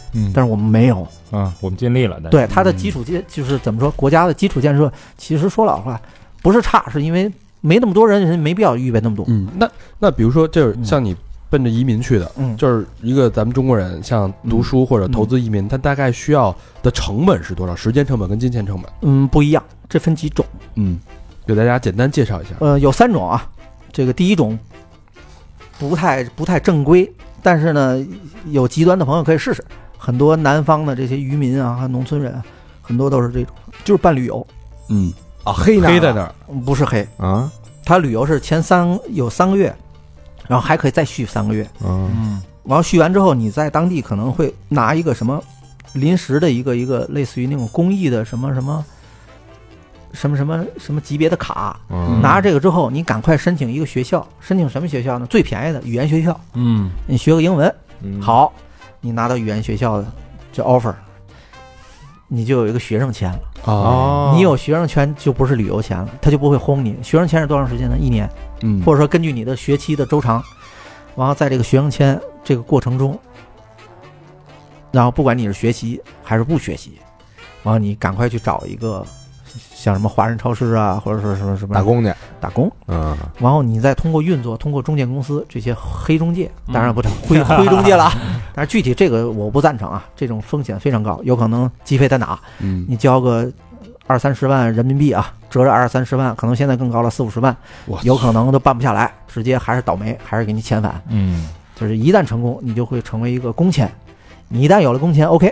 但是我们没有我们尽力了。 对它的基础建就是怎么说，国家的基础建设，其实说老实话不是差，是因为没那么多人没必要预备那么多。 那比如说就是像你奔着移民去的，就是一个咱们中国人像读书或者投资移民，他大概需要的成本是多少？时间成本跟金钱成本？ 不一样，这分几种。 给大家简单介绍一下。 有3种啊，这个第一种不太正规，但是呢，有极端的朋友可以试试。很多南方的这些渔民啊、农村人啊，很多都是这种，就是办旅游。 黑在那儿， 不是黑啊，他旅游是前有3个月，然后还可以再续3个月。然后续完之后，你在当地可能会拿一个什么临时的一个类似于那种公益的什么级别的卡，拿着这个之后，你赶快申请一个学校，申请什么学校呢？最便宜的语言学校。你学个英文，好，你拿到语言学校的这 offer， 你就有一个学生签了。你有学生签就不是旅游签了，他就不会轰你。学生签是多长时间呢？1年。或者说根据你的学期的周长，然后在这个学生签这个过程中，然后不管你是学习还是不学习，然后你赶快去找一个像什么华人超市啊，或者说什么打工，然后你再通过运作，通过中介公司这些黑中介，当然不是灰中介了，但是具体这个我不赞成啊，这种风险非常高，有可能鸡飞蛋打，你交个20-30万人民币啊，折着20-30万，可能现在更高了，40-50万，有可能都办不下来，直接还是倒霉，还是给你遣返。就是一旦成功，你就会成为一个工签，你一旦有了工签 ，OK，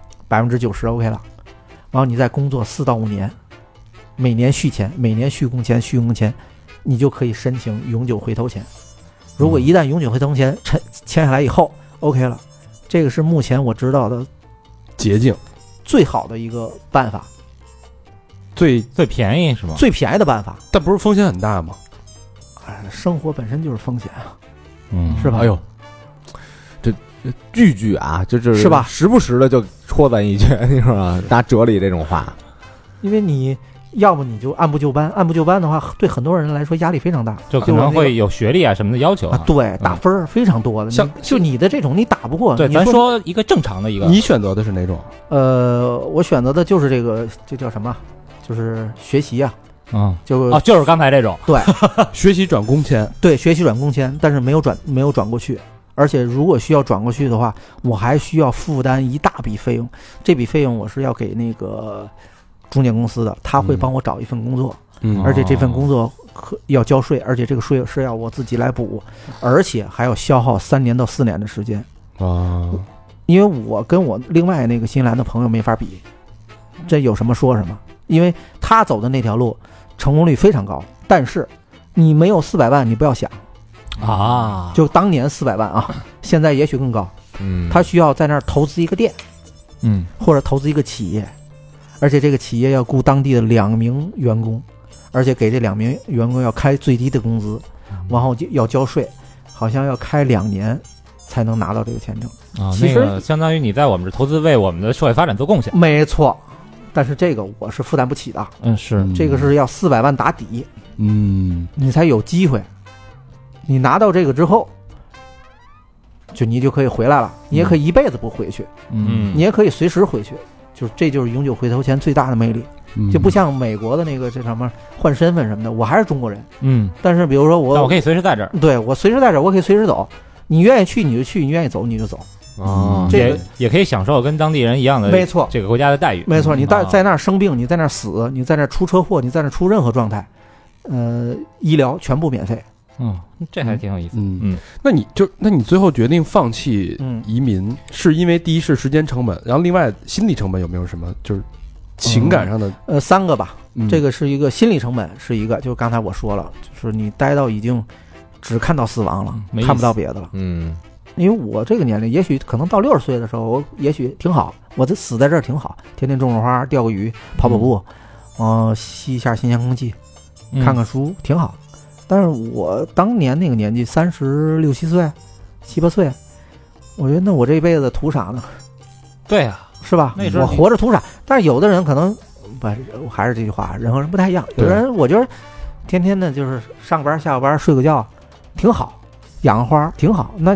90% OK 了，然后你再工作4到5年。每年续签，每年续工签，你就可以申请永久回头签。如果一旦永久回头签签下来以后 ，OK 了，这个是目前我知道的捷径， 最好的一个办法， 最便宜是吗？ 最便宜的办法， 但不是风险很大吗？ 生活本身就是风险啊，是吧？ 哎呦，这句啊，就是吧？ 时不时的就戳咱一句，你说吧？拿哲理这种话， 因为你。要么你就按部就班的话，对很多人来说压力非常大， 就可能会有学历啊什么的要求啊。对，打分非常多的，就你的这种你打不过。 对，咱说一个正常的一个。 你选择的是哪种？ 我选择的就是这个，这叫什么？就是学习啊。 就是刚才这种。 对， 学习转工签。 对，学习转工签，但是没有转过去。而且如果需要转过去的话，我还需要负担一大笔费用。这笔费用我是要给那个中介公司的，他会帮我找一份工作，而且这份工作要交税，而且这个税是要我自己来补，而且还要消耗3年到4年的时间因为我跟我另外那个新来的朋友没法比，这有什么说什么，因为他走的那条路成功率非常高，但是你没有400万，你不要想啊，就当年400万啊，现在也许更高。他需要在那儿投资一个店，或者投资一个企业。而且这个企业要雇当地的2名员工，而且给这2名员工要开最低的工资，然后要交税，好像要开2年才能拿到这个签证啊。其实相当于你在我们这投资，为我们的社会发展做贡献。 没错，但是这个我是负担不起的。 是这个是要400万打底，你才有机会。你拿到这个之后，你就可以回来了，你也可以一辈子不回去，你也可以随时回去。这就是永久回头签最大的魅力，就不像美国的那个这上面换身份什么的，我还是中国人，但是比如说我可以随时在这儿， 对，我随时在这儿，我可以随时走，你愿意去你就去，你愿意走你就走这个也可以享受跟当地人一样的， 没错， 这个国家的待遇， 没错，你在那儿生病，你在那儿死，你在那儿出车祸，你在那儿出任何状态，医疗全部免费。 这还挺有意思。 那你最后决定放弃移民，是因为第一是时间成本，然后另外心理成本有没有什么就是情感上的 ？3个吧。这个是一个心理成本，是一个，就是刚才我说了，就是你待到已经只看到死亡了，看不到别的了。因为我这个年龄，也许可能到60岁的时候，我也许挺好，我这死在这儿挺好，天天种种花，钓个鱼，跑步，吸一下新鲜空气，看看书，挺好。但是我当年那个年纪，36、7岁、7、8岁，我觉得那我这一辈子图啥呢？ 对啊， 是吧？我活着图啥？但是有的人可能不，还是这句话，人和人不太一样。有的人我觉得天天的就是上班下班睡个觉，挺好，养个花挺好。那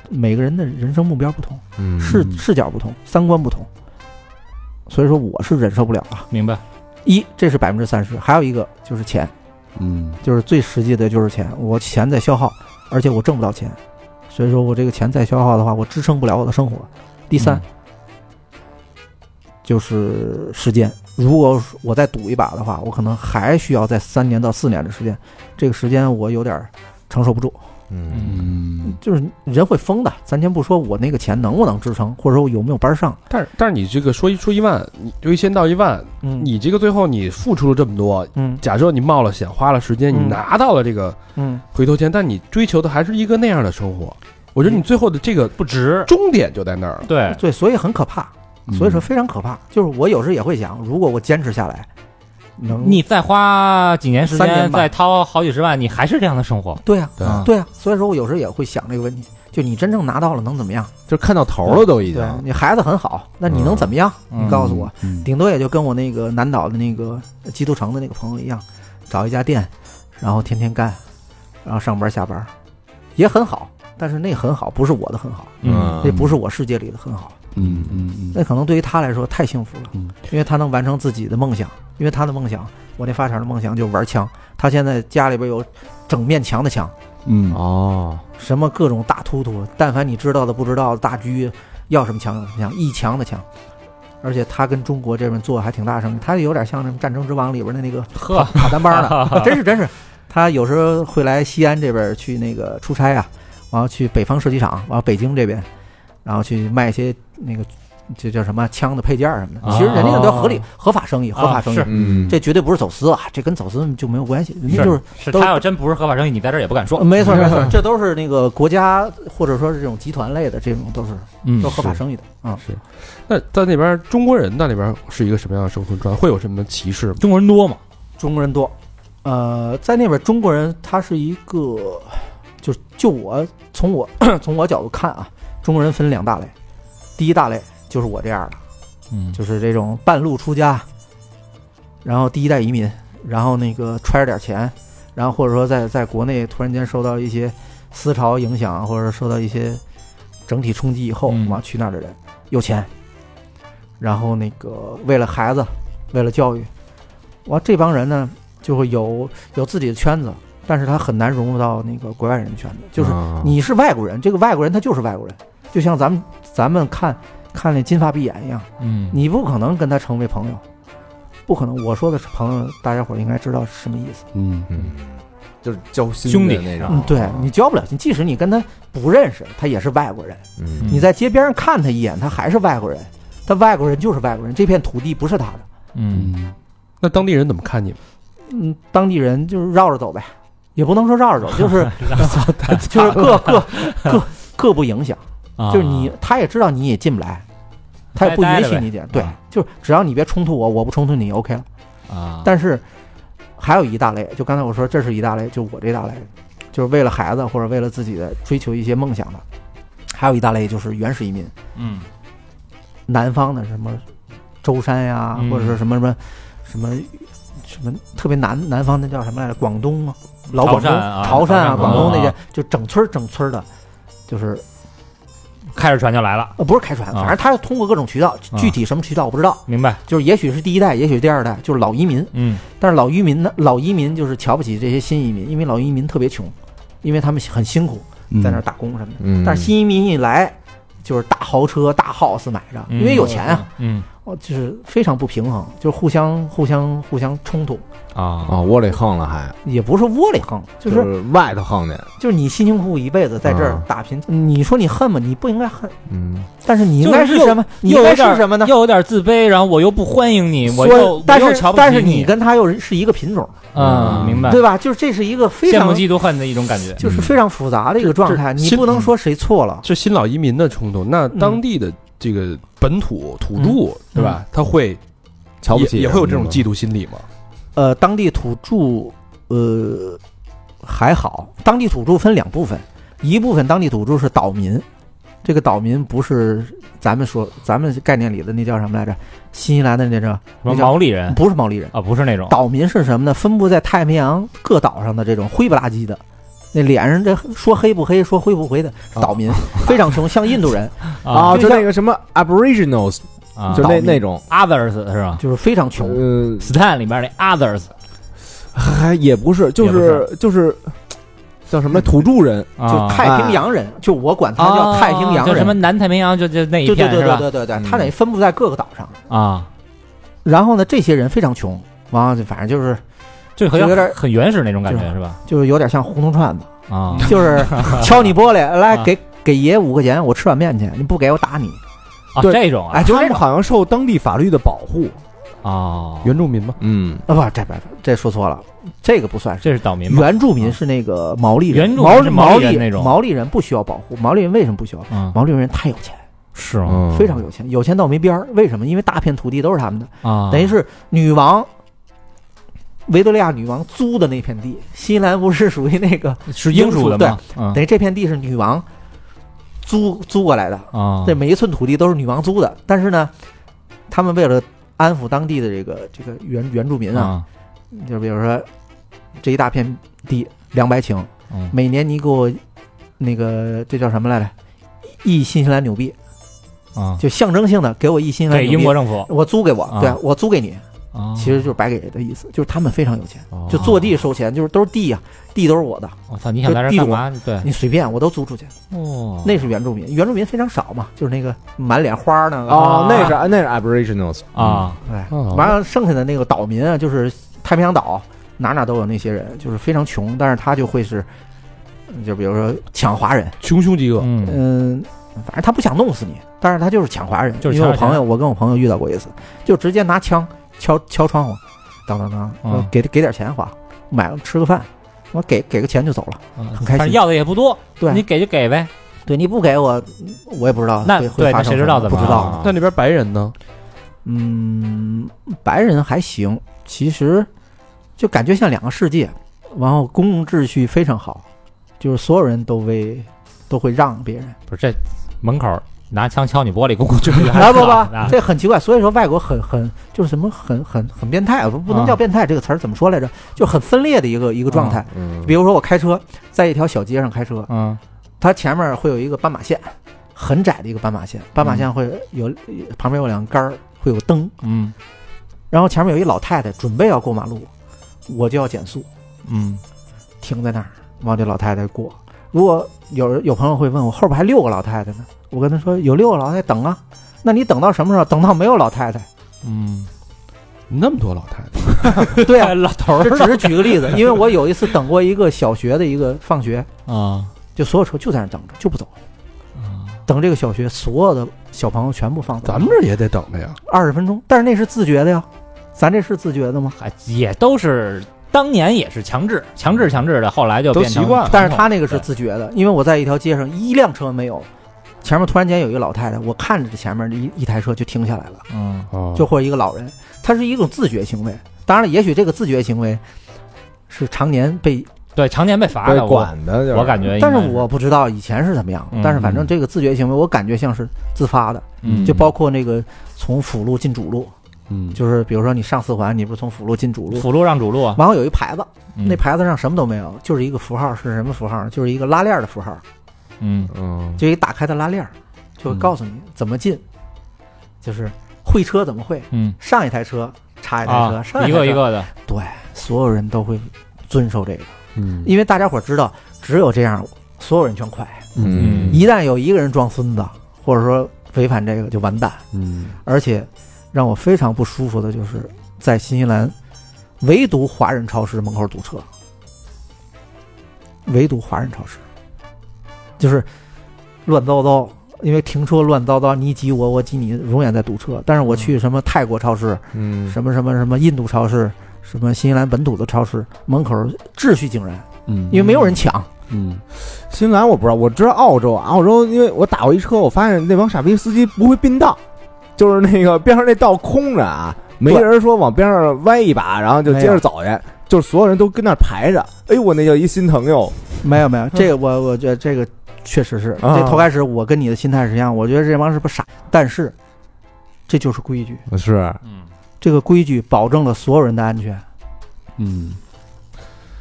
每个人的人生目标不同，视角不同，三观不同，所以说我是忍受不了啊。 明白？ 这是30%，还有一个就是钱，就是最实际的就是钱，我钱在消耗，而且我挣不到钱，所以说我这个钱再消耗的话，我支撑不了我的生活。第3，就是时间，如果我再赌一把的话，我可能还需要在3年到4年的时间，这个时间我有点承受不住。就是人会疯的，咱先不说我那个钱能不能支撑，或者说我有没有班上， 但是你这个说1万，你就1000到1万，你这个最后你付出了这么多，假设你冒了险花了时间，你拿到了这个回头钱，但你追求的还是一个那样的生活，我觉得你最后的这个不值， 终点就在那儿。 对，所以很可怕，所以说非常可怕。就是我有时也会想，如果我坚持下来， 你再花几年时间，再掏好几十万，你还是这样的生活。 对啊，所以说我有时也会想这个问题，就你真正拿到了能怎么样？ 就看到头了都已经。 你孩子很好，那你能怎么样？你告诉我，顶多也就跟我那个南岛的那个基督城的那个朋友一样，找一家店，然后天天干，然后上班下班，也很好。但是那很好，不是我的很好，那不是我世界里的很好。那可能对于他来说太幸福了，因为他能完成自己的梦想。因为他的梦想，我那发小的梦想就是玩枪，他现在家里边有整面墙的枪，什么各种大突突，但凡你知道的不知道的大狙，要什么枪有什么枪，一墙的枪。而且他跟中国这边做还挺大生意，他有点像那《战争之王》里边的那个跑单班的，真是。他有时候会来西安这边去那个出差啊，然后去北方射击场，然后北京这边，然后去卖一些那个这叫什么枪的配件什么的。其实人家那叫合法生意，这绝对不是走私啊，这跟走私就没有关系。人家就是他要真不是合法生意，你在这儿也不敢说。 没错，这都是那个国家或者说是这种集团类的，这种都是合法生意的啊。 是。那在那边中国人那里边是一个什么样的生存状态？会有什么歧视吗？ 中国人多吗？ 中国人多。在那边中国人他是一个，就我从我角度看啊，中国人分2大类。第一大类就是我这样的，就是这种半路出家，然后第一代移民，然后那个揣着点钱，然后或者说在国内突然间受到一些思潮影响，或者受到一些整体冲击以后，往去那儿的人有钱，然后那个为了孩子，为了教育，这帮人呢就会有自己的圈子，但是他很难融入到那个国外人的圈子。就是你是外国人，这个外国人他就是外国人，就像咱们看那金发碧眼一样，你不可能跟他成为朋友，不可能。我说的是朋友，大家伙应该知道是什么意思。 就是交心兄弟那种。 对，你交不了心，即使你跟他不认识，他也是外国人。你在街边上看他一眼，他还是外国人。他外国人就是外国人，这片土地不是他的。 那当地人怎么看你们？ 当地人就是绕着走呗，也不能说绕着走，就是各不影响。就是他也知道你也进不来，他也不允许你进。对，就是只要你别冲突我不冲突你 ，OK 了啊。但是还有一大类，就刚才我说这是一大类，就我这大类，就是为了孩子或者为了自己的追求一些梦想的。还有一大类就是原始移民，南方的什么舟山呀，或者是什么特别南方那叫什么来着？广东啊，老广东、潮汕啊，广东那些就整村的，就是开着船就来了。 不是开船，反正他是通过各种渠道，具体什么渠道我不知道。 明白， 就是也许是第一代，也许是第二代，就是老移民。但是老移民就是瞧不起这些新移民，因为老移民特别穷，因为他们很辛苦，在那儿打工什么的。但是新移民一来，就是大豪车、大 house 买着，因为有钱啊。就是非常不平衡，就是互相冲突窝里横了，还也不是窝里横，就是外头横的， 就是你辛辛苦苦一辈子在这儿打拼，你说你恨吗？你不应该恨，但是你应该是什么？你应该是什么呢？ 又有点自卑，然后我又不欢迎你， 但是你跟他又是一个品种明白， 对吧？就是这是一个非常羡慕嫉妒恨的一种感觉， 就是非常复杂的一个状态，你不能说谁错了， 是新老移民的冲突，那当地的这个本土土著，对吧？他会瞧不起， 也会有这种嫉妒心理吗？ 当地土著还好，当地土著分2部分，一部分当地土著是岛民，这个岛民不是咱们概念里的那叫什么来着？新西兰的那叫毛利人， 不是毛利人啊，不是那种岛民是什么呢？分布在太平洋各岛上的这种灰不拉几的那脸上这说黑不黑，说灰不灰的岛民，非常穷，像印度人啊，就那个什么 Aboriginals，就那种 others 是吧？ 就是非常穷。 Stan 里边那 others， 还也不是，就是叫什么土著人， 就太平洋人，就我管他叫太平洋人， 就什么南太平洋，就那一片是吧？ 对，他得分布在各个岛上啊。 然后呢，这些人非常穷，完了反正就是有点很原始那种感觉是吧？ 就是有点像胡同串子啊， 就是敲你玻璃，来给爷5块钱，我吃碗面去，你不给我打你啊，这种哎， 他们好像受当地法律的保护啊， 原住民吗？ 不，这说错了，这个不算是， 这是岛民吗？ 原住民是那个毛利人， 毛利人那种， 毛利人不需要保护，毛利人为什么不需要？毛利人太有钱。 是吗？ 非常有钱，有钱到没边儿。为什么？因为大片土地都是他们的啊， 等于是女王维多利亚女王租的那片地。新西兰不是属于那个是英属的吗？ 对，等于这片地是女王租过来的啊。 这每一寸土地都是女王租的。但是呢，他们为了安抚当地的这个原住民啊，就比如说这一大片地200顷，每年你给我那个这叫什么来着？1新西兰纽币。就象征性的给我1新西兰纽币， 给英国政府， 我租给我，对我租给你，其实就是白给的意思，就是他们非常有钱，就坐地收钱，就是都是地呀，地都是我的。 我操，你想在这干嘛？对， 你随便，我都租出去。 哦， 那是原住民，原住民非常少嘛，就是那个满脸花那个。 那是 Aboriginals 啊，对，完了剩下的那个岛民啊，就是太平洋岛哪都有那些人，就是非常穷，但是他就会是，就比如说抢华人， 穷凶极恶， 反正他不想弄死你，但是他就是抢华人。 就是因为我跟我朋友遇到过一次，就直接拿枪敲窗户，当，给点钱花，买了吃个饭，我给个钱就走了，很开心。 反正要的也不多， 对， 你给就给呗。 对，你不给我也不知道。 那对，那谁知道？ 不知道。 那边白人呢？ 白人还行，其实就感觉像2个世界，然后公共秩序非常好，就是所有人都会让别人。 不是这。门口拿枪敲你玻璃，公共秩序不，这很奇怪。所以说外国很就是什么很变态，不能叫变态这个词儿怎么说来着？就很分裂的一个状态。比如说我开车在一条小街上开车，它前面会有一个斑马线，很窄的一个斑马线，斑马线会有旁边有2个杆儿，会有灯，然后前面有一老太太准备要过马路，我就要减速，停在那儿，往这老太太过。如果有朋友会问我后边还6个老太太呢，我跟他说有6个老太太等啊，那你等到什么时候？等到没有老太太。 那么多老太太， 对啊， 老头儿。 这只是举个例子，因为我有一次等过一个小学的一个放学就所有车就在那等着，就不走等这个小学所有的小朋友全部放走。 咱们这也得等着呀 ，20分钟，但是那是自觉的呀，咱这是自觉的吗？ 也都是。当年也是强制的，后来就变成都习惯了。 但是他那个是自觉的，因为我在一条街上1辆车没有，前面突然间有一个老太太，我看着前面一台车就停下来了，就或者一个老人，他是一种自觉行为。当然了，也许这个自觉行为是常年被罚的管的， 我感觉。 但是我不知道以前是怎么样，但是反正这个自觉行为，我感觉像是自发的，就包括那个从辅路进主路。就是比如说你上4环，你不是从辅路进主路， 辅路让主路啊， 然后有一牌子，那牌子上什么都没有，就是一个符号，是什么符号呢？就是一个拉链的符号，就一打开的拉链，就会告诉你怎么进，就是会车怎么会，上一台车插一台车，上一台车一个的， 对，所有人都会遵守这个，因为大家伙知道，只有这样，所有人全快，一旦有一个人装孙子，或者说违反这个就完蛋，而且。让我非常不舒服的就是在新西兰，唯独华人超市门口堵车，唯独华人超市，就是乱糟糟，因为停车乱糟糟，你挤我，我挤你，永远在堵车。但是我去什么泰国超市，什么印度超市，什么新西兰本土的超市，门口秩序井然，因为没有人抢。 新西兰我不知道，我知道澳洲，因为我打过一车，我发现那帮傻逼司机不会并道。就是那个边上那道空着啊，没人说往边上歪一把，然后就接着走去，就所有人都跟那排着。哎，我那叫一心疼哟。没有，这个我觉得这个确实是。这头开始我跟你的心态是一样，我觉得这帮是不傻，但是这就是规矩。是，这个规矩保证了所有人的安全。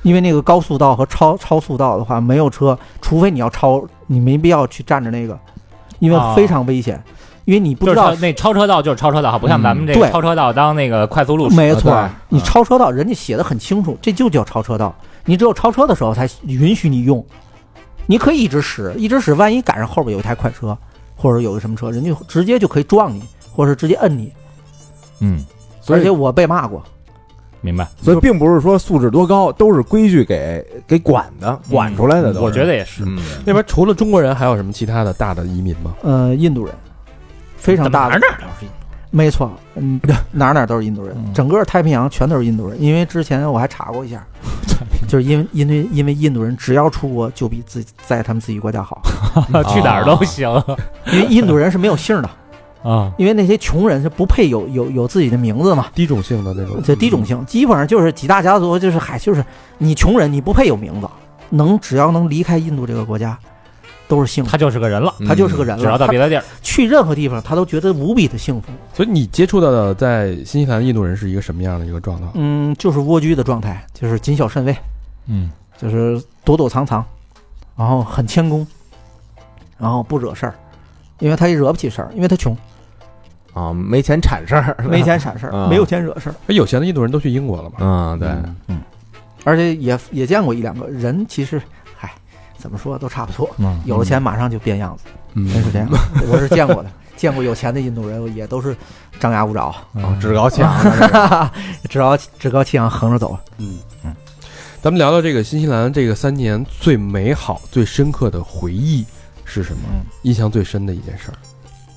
因为那个高速道和超速道的话，没有车，除非你要超，你没必要去占着那个，因为非常危险。因为你不知道那超车道就是超车道，不像咱们这个超车道当那个快速路使。 没错，你超车道人家写的很清楚，这就叫超车道。你只有超车的时候才允许你用，你可以一直使，万一赶上后边有一台快车或者有个什么车，人家直接就可以撞你，或者是直接摁你。而且我被骂过。 明白， 所以并不是说素质多高，都是规矩给管出来的。 我觉得也是。 那边除了中国人，还有什么其他的大的移民吗？ 印度人，非常大的， 哪都是。 没错，哪都是印度人，整个太平洋全都是印度人。因为之前我还查过一下，就是因为印度人只要出国就比在他们自己国家好， 去哪儿都行。 因为印度人是没有姓的。因为那些穷人是不配有自己的名字嘛， 低种姓的那种， 这低种姓基本上就是几大家族，就是你穷人你不配有名字，只要能离开印度这个国家，都是幸福。 他就是个人了， 只要到别的地儿， 去任何地方他都觉得无比的幸福。 所以你接触到的在新西兰的印度人是一个什么样的一个状态？ 就是蜗居的状态，就是谨小慎微，就是躲躲藏藏，然后很谦恭，然后不惹事儿，因为他也惹不起事儿，因为他穷。 没钱铲事儿， 没有钱惹事儿。 有钱的印度人都去英国了嘛？ 对， 而且也见过一两个人，其实，怎么说都差不多。有了钱马上就变样子，真是这样。我是见过的，见过有钱的印度人也都是张牙舞爪， 趾高气扬， 趾高气扬横着走。 咱们聊聊这个新西兰这个3年最美好、最深刻的回忆是什么？印象最深的一件事儿。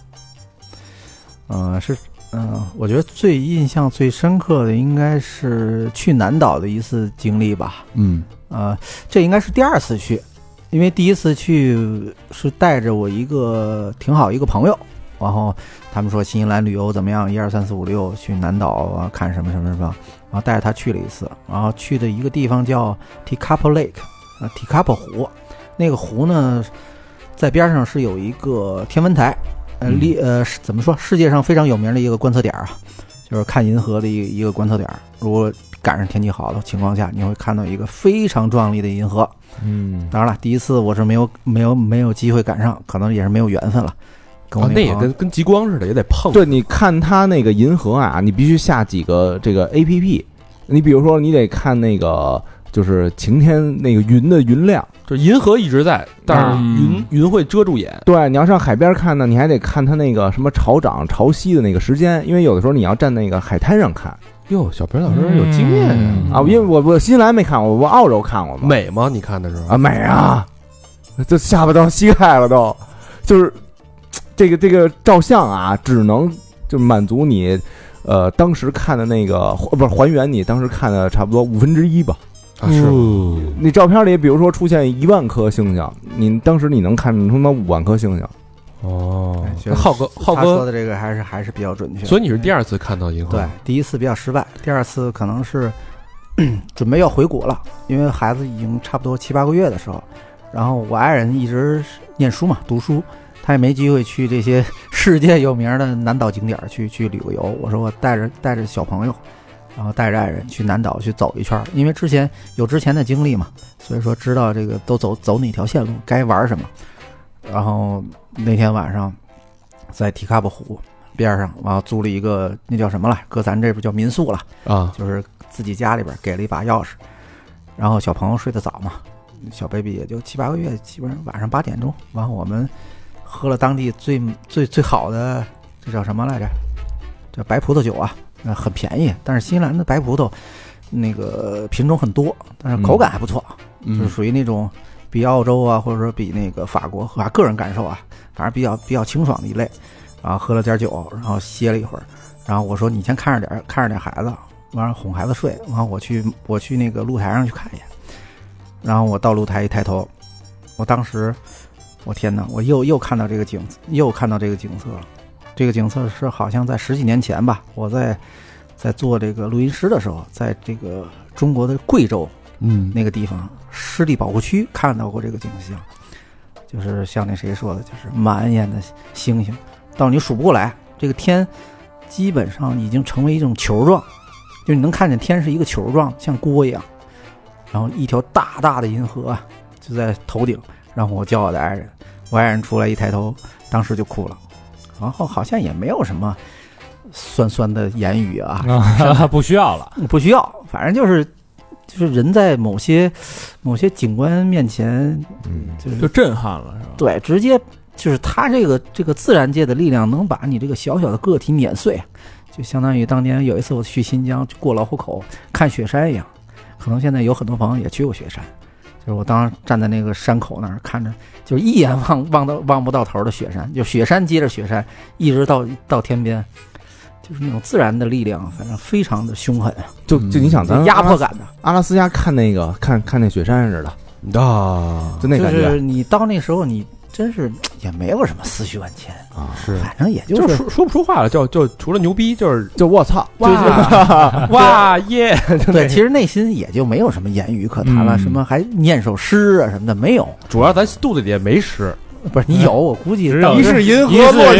我觉得最印象最深刻的应该是去南岛的一次经历吧。这应该是第2次去，因为第1次去是带着我一个挺好一个朋友，然后他们说新西兰旅游怎么样，1、2、3、4、5、6去南岛啊，看什么，然后带着他去了一次，然后去的一个地方叫 Tekapo Lake，Tekapo 湖，那个湖呢在边上是有一个天文台。怎么说？世界上非常有名的一个观测点啊，就是看银河的一个观测点。如果赶上天气好的情况下，你会看到一个非常壮丽的银河。当然了，第1次我是没有机会赶上，可能也是没有缘分了。 那也跟极光似的，也得碰。 对，你看它那个银河啊，你必须下几个这个 APP。你比如说，你得看那个就是晴天那个云的云量。 就银河一直在，但是云会遮住眼。 对，你要上海边看呢，你还得看它那个什么潮涨潮汐的那个时间，因为有的时候你要站那个海滩上看。 哟，小平老师有经验啊！因为我新西兰没看过，我澳洲看过嘛。 美吗？你看的时候啊，美啊！这下巴到膝盖了都，就是这个照相啊，只能就满足你当时看的那个不是还原你当时看的差不多1/5吧。 是， 你照片里比如说出现1万颗星星，你当时你能看出他妈5万颗星星。 浩哥他说的这个还是比较准确。 所以你是第2次看到银河？ 对，第1次比较失败，第2次可能是准备要回国了，因为孩子已经差不多7、8个月的时候，然后我爱人一直念书嘛，读书，他也没机会去这些世界有名的南岛景点去旅个游。我说我带着小朋友。然后带着爱人去南岛去走一圈，因为之前的经历嘛，所以说知道这个都走哪条线路，该玩什么。然后那天晚上在提卡布湖边上，然后租了一个那叫什么来，搁咱这不叫民宿了啊，就是自己家里边给了一把钥匙。然后小朋友睡得早嘛，小 baby 也就7、8个月，基本上晚上8点钟，然后我们喝了当地最好的，这叫什么来着？这白葡萄酒啊。很便宜，但是新西兰的白葡萄那个品种很多，但是口感还不错，就是属于那种比澳洲啊，或者说比那个法国，个人感受啊，反正比较清爽的一类。然后喝了点酒，然后歇了一会儿，然后我说你先看着点孩子，完了哄孩子睡，然后我去那个露台上去看一眼。然后我到露台一抬头，我当时我天哪，我又看到这个景色了。这个景色是好像在10几年前吧，我在做这个录音师的时候，在这个中国的贵州，那个地方湿地保护区看到过这个景象，就是像那谁说的，就是满眼的星星，到你数不过来，这个天基本上已经成为一种球状，就你能看见天是一个球状，像锅一样， 然后一条大大的银河啊就在头顶，然后我叫我的爱人，我爱人出来一抬头，当时就哭了，然后好像也没有什么酸酸的言语啊， 不需要了， 不需要，反正就是人在某些景观面前， 就震撼了，是吧？ 对，直接就是他这个自然界的力量能把你这个小小的个体碾碎，就相当于当年有一次我去新疆过老虎口看雪山一样，可能现在有很多朋友也去过雪山，就是我当时站在那个山口那儿看着，就是一眼望不到头的雪山，就雪山接着雪山，一直到天边。就是那种自然的力量，反正非常的凶狠， 就你想咱压迫感的。 阿拉斯加看那个看那雪山似的啊， 就那感觉。 就是你到那时候，你真是也没有什么思绪万千啊， 是，反正也就是说不出话了，就除了牛逼，就我操， 哇耶！ 对，其实内心也就没有什么言语可谈了，什么还念首诗啊什么的没有， 主要咱肚子里也没诗。 不是你有，我估计一世银河落。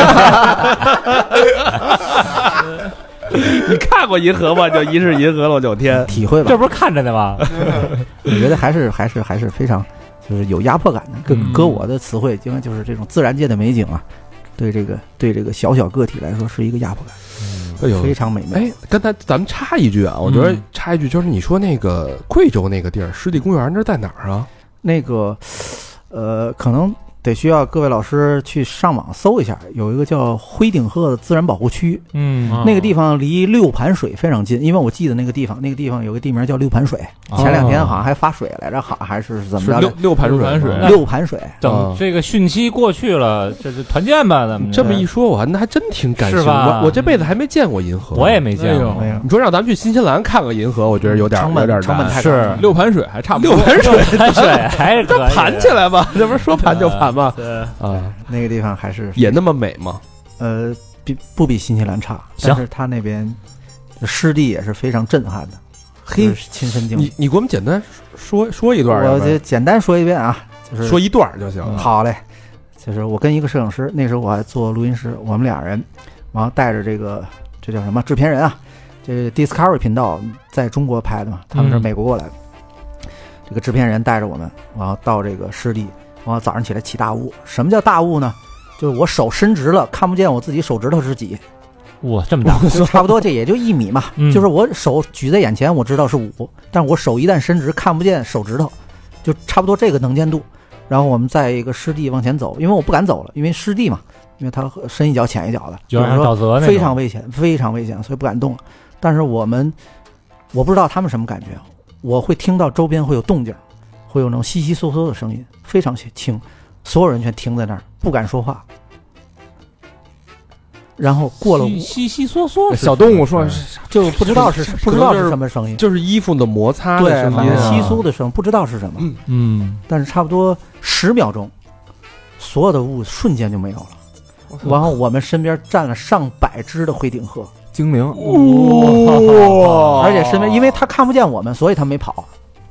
你看过银河吗？就一世银河落九天， 体会吧。 这不是看着呢吗？ 我觉得还是非常就是有压迫感的。搁我的词汇，应该就是这种自然界的美景啊，对这个小小个体来说是一个压迫感。哎呦，非常美妙。 哎，刚才咱们插一句啊，我觉得插一句就是你说那个贵州那个地儿湿地公园，那在哪儿啊？ 那个可能得需要各位老师去上网搜一下，有一个叫灰顶鹤自然保护区，那个地方离六盘水非常近，因为我记得那个地方有个地名叫六盘水，前2天好像还发水来着，好还是怎么着的？ 六盘水， 六盘水。 等这个汛期过去了，这就团建吧，咱们这么一说，我那还真挺感兴趣。我这辈子还没见过银河， 我也没见过。 你说让咱们去新西兰看个银河，我觉得有点成本太是六盘水还差不多， 六盘水还是可以盘起来吧，这不是说盘就盘吗？ 那个地方还是也那么美吗？ 不比新西兰差，但是它那边湿地也是非常震撼的。嘿，亲身经历。 你给我们简单说一段， 我就简单说一遍啊，就是说一段就行了。 好嘞，就是我跟一个摄影师，那时候我还做录音师，我们俩人，然后带着这叫什么制片人啊，这 Discovery 频道在中国拍的嘛，他们是美国过来的。这个制片人带着我们，然后到这个湿地。我早上起来起大雾，什么叫大雾呢？就是我手伸直了，看不见我自己手指头是几。 哇，这么大， 就差不多这也就1米嘛。就是我手举在眼前，我知道是5，但我手一旦伸直，看不见手指头，就差不多这个能见度。然后我们在一个湿地往前走，因为我不敢走了，因为湿地嘛，因为它深一脚浅一脚的， 就是说非常危险，非常危险，所以不敢动了。但是我不知道他们什么感觉，我会听到周边会有动静。会有那种悉悉嗦嗦的声音，非常轻，所有人全停在那儿，不敢说话。然后过了悉悉嗦嗦， 小动物说就不知道是什么声音， 就是衣服的摩擦的声音， 对，窸窣的声，不知道是什么。但是差不多10秒钟，所有的雾瞬间就没有了。然后我们身边站了上百只的灰顶鹤， 精灵， 哇！而且身边因为他看不见我们，所以他没跑。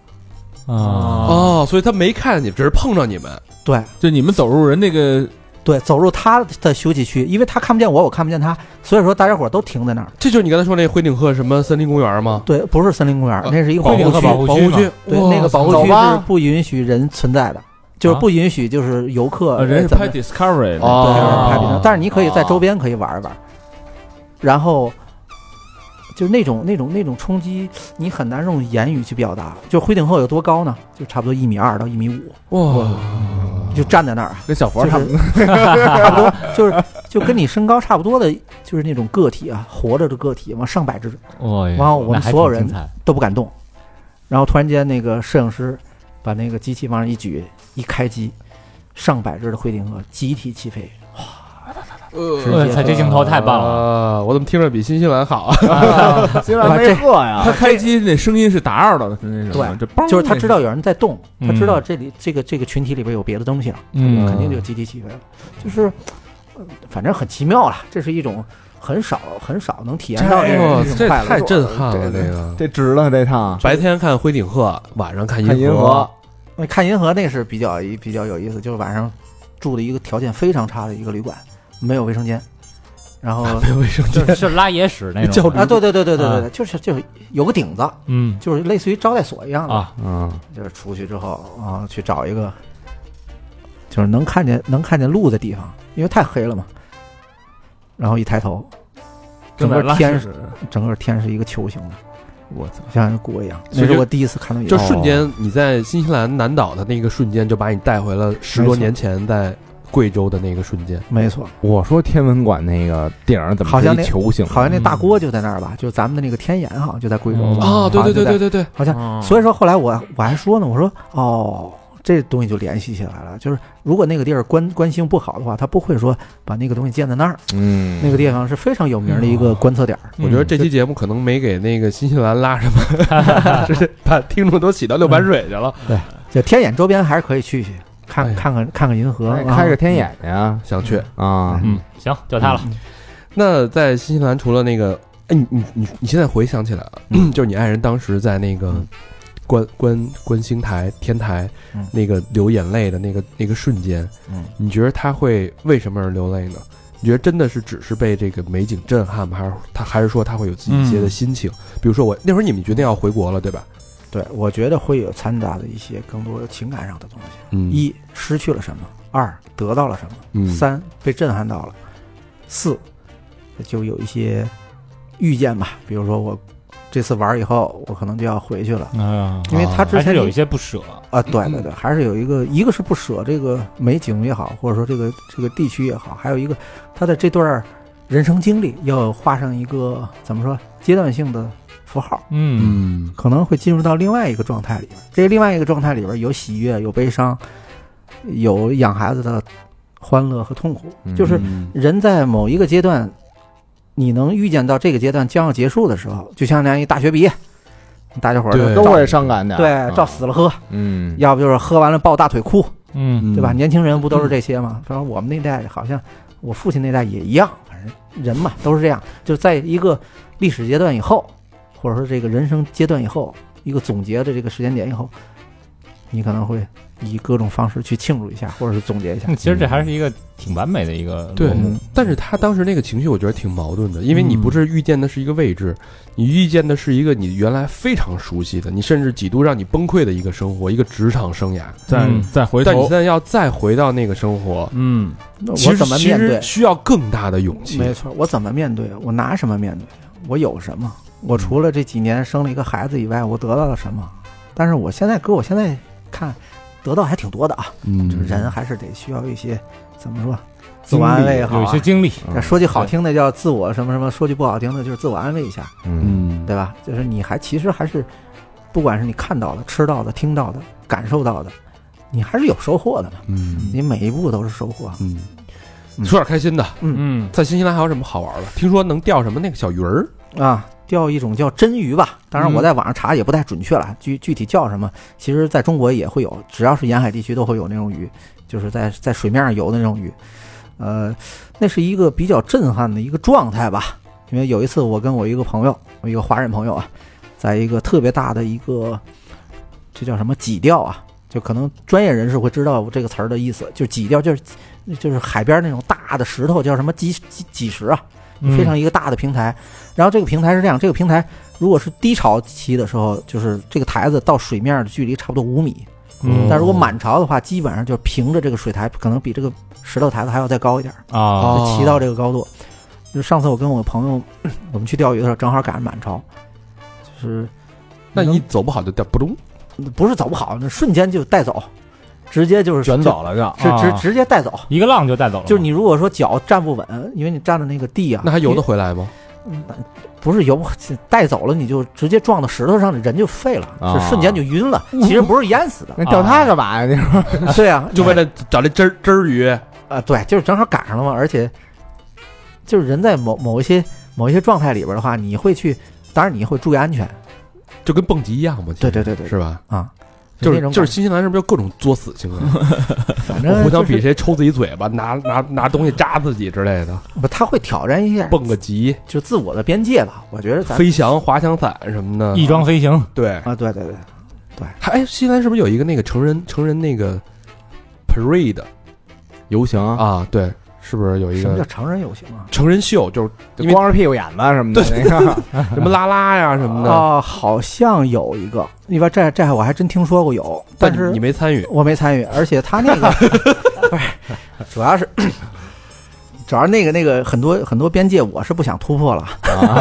所以他没看见你，只是碰着你们。 对， 就你们走入人那个， 对，走入他的休憩区，因为他看不见我，我看不见他，所以说大家伙都停在那儿。 这就是你刚才说那灰顶鹤什么森林公园吗？ 对，不是森林公园，那是一个保护区。对，那个保护区是不允许人存在的，就是不允许就是游客。 人是拍 Discovery 的， 对，拍 Discovery，但是你可以在周边可以玩一玩，然后。就是那种冲击，你很难用言语去表达。就灰顶鹤有多高呢？就差不多1.2米到1.5米。哇！就站在那儿， 跟小佛差不多， 差不多，就跟你身高差不多的，就是那种个体啊，活着的个体，往上百只。然后我们所有人都不敢动。然后突然间，那个摄影师把那个机器往上一举，一开机，上百只的灰顶鹤集体起飞。 这镜头太棒了！ 我怎么听着比新西兰好？ 新西兰没鹤呀！ 他开机那声音是打扰的，那种。 对，就是他知道有人在动，他知道这里这个群体里边有别的东西了，肯定就集体起飞了。就是反正很奇妙了，这是一种很少能体验到这太震撼了， 这值了这趟。 白天看灰顶鹤，晚上看银河。 看银河那是比较有意思，就是晚上住的一个条件非常差的一个旅馆。没有卫生间， 然后没有卫生间， 是拉野屎那种啊，对，就是有个顶子，就是类似于招待所一样的啊， 就是出去之后啊，去找一个就是能看见路的地方，因为太黑了嘛。然后一抬头，整个天是一个球形的，我操，像锅一样。那是我第一次看到， 就瞬间你在新西兰南岛的那个瞬间，就把你带回了10多年前在贵州的那个瞬间。 没错， 我说天文馆那个顶怎么是球形？ 好像那大锅就在那儿吧，就是咱们的那个天眼好像就在贵州吧。 啊，对， 好像。所以说后来我还说呢，我说哦。这东西就联系起来了，就是如果那个地儿观星不好的话，他不会说把那个东西建在那儿。那个地方是非常有名的一个观测点。 我觉得这期节目可能没给那个新西兰拉什么，把听众都洗到六盘水去了。 对，就天眼周边还是可以去看看银河， 开个天眼呀， 想去啊。 行，就他了。 那在新西兰除了那个，你现在回想起来了，就是你爱人当时在那个。观星台天台，那个流眼泪的那个瞬间，你觉得他会为什么而流泪呢？你觉得真的是只是被这个美景震撼吗？还是说他会有自己一些的心情？比如说那会儿你们决定要回国了，对吧？ 对，我觉得会有掺杂的一些更多的情感上的东西。一失去了什么，2得到了什么，3被震撼到了，4就有一些预见吧，比如说我。这次玩以后，我可能就要回去了，因为他之前还是有一些不舍啊，对，还是有一个是不舍这个美景也好，或者说这个地区也好，还有一个他的这段人生经历要画上一个怎么说阶段性的符号，可能会进入到另外一个状态里边。这另外一个状态里边有喜悦，有悲伤，有养孩子的欢乐和痛苦，就是人在某一个阶段。你能预见到这个阶段将要结束的时候，就像那样一大学毕业，大家伙儿都会伤感的， 对，照死了喝，要不就是喝完了抱大腿哭，对吧？年轻人不都是这些吗？反正我们那代好像我父亲那代也一样，反正人嘛都是这样，就是在一个历史阶段以后，或者说这个人生阶段以后，一个总结的这个时间点以后，你可能会以各种方式去庆祝一下，或者是总结一下。 其实这还是一个挺完美的一个对，但是他当时那个情绪，我觉得挺矛盾的，因为你不是遇见的是一个位置，你遇见的是一个你原来非常熟悉的，你甚至几度让你崩溃的一个生活，一个职场生涯。 再回头， 但你现在要再回到那个生活， 我怎么面对？ 需要更大的勇气。 没错，我怎么面对？我拿什么面对？我有什么？我除了这几年生了一个孩子以外，我得到了什么？但是我现在看。得到还挺多的啊，就是人还是得需要一些怎么说，自我安慰也好， 有一些经历。 说句好听的叫自我什么什么，说句不好听的就是自我安慰一下，对吧？就是你其实还是，不管是你看到的、吃到的、听到的、感受到的，你还是有收获的嘛。你每一步都是收获。 说点开心的。在新西兰还有什么好玩的？听说能钓什么那个小鱼儿啊。钓一种叫真鱼吧，当然我在网上查也不太准确了，具体叫什么，其实在中国也会有，只要是沿海地区都会有那种鱼，就是在水面上游的那种鱼。那是一个比较震撼的一个状态吧，因为有一次我跟我一个朋友，一个华人朋友啊，在一个特别大的一个，这叫什么挤钓啊，就可能专业人士会知道这个词儿的意思，就挤钓就是海边那种大的石头叫什么挤石啊。非常一个大的平台，然后这个平台是这样，这个平台如果是低潮期的时候，就是这个台子到水面的距离差不多5米，但如果满潮的话，基本上就凭着这个水台，可能比这个石头台子还要再高一点啊，就骑到这个高度。就上次我跟我朋友我们去钓鱼的时候，正好赶上满潮，就是那你走不好就掉扑通， 不是走不好，那瞬间就带走。直接就是卷走了， 直接带走， 一个浪就带走了。 就是你如果说脚站不稳，因为你站的那个地啊， 那还游得回来吗？ 不是游，带走了你就直接撞到石头上，人就废了，是瞬间就晕了。其实不是淹死的， 那钓它干嘛呀？那对啊， 就为了找这真鱼啊，对，就是正好赶上了嘛。而且就是人在某一些状态里边的话，你会去，当然你会注意安全， 就跟蹦极一样嘛。 对， 是吧？ 啊。 就是新西兰是不是有各种作死行为？ 反正互相比谁抽自己嘴巴，拿东西扎自己之类的。 不，他会挑战一下， 蹦个极， 就自我的边界吧。我觉得飞翔、滑翔伞什么的， 翼装飞行。 对啊，对。 新西兰是不是有一个那个成人那个 parade 游行啊？对， 是不是有一什么叫个成人游行啊？ 成人秀，就是因为光着屁股眼子什么的，那个什么拉拉呀什么的？ 啊，好像有一个，因为这我还真听说过有，但是你没参与， 我没参与，而且他那个不是，主要那个很多边界我是不想突破了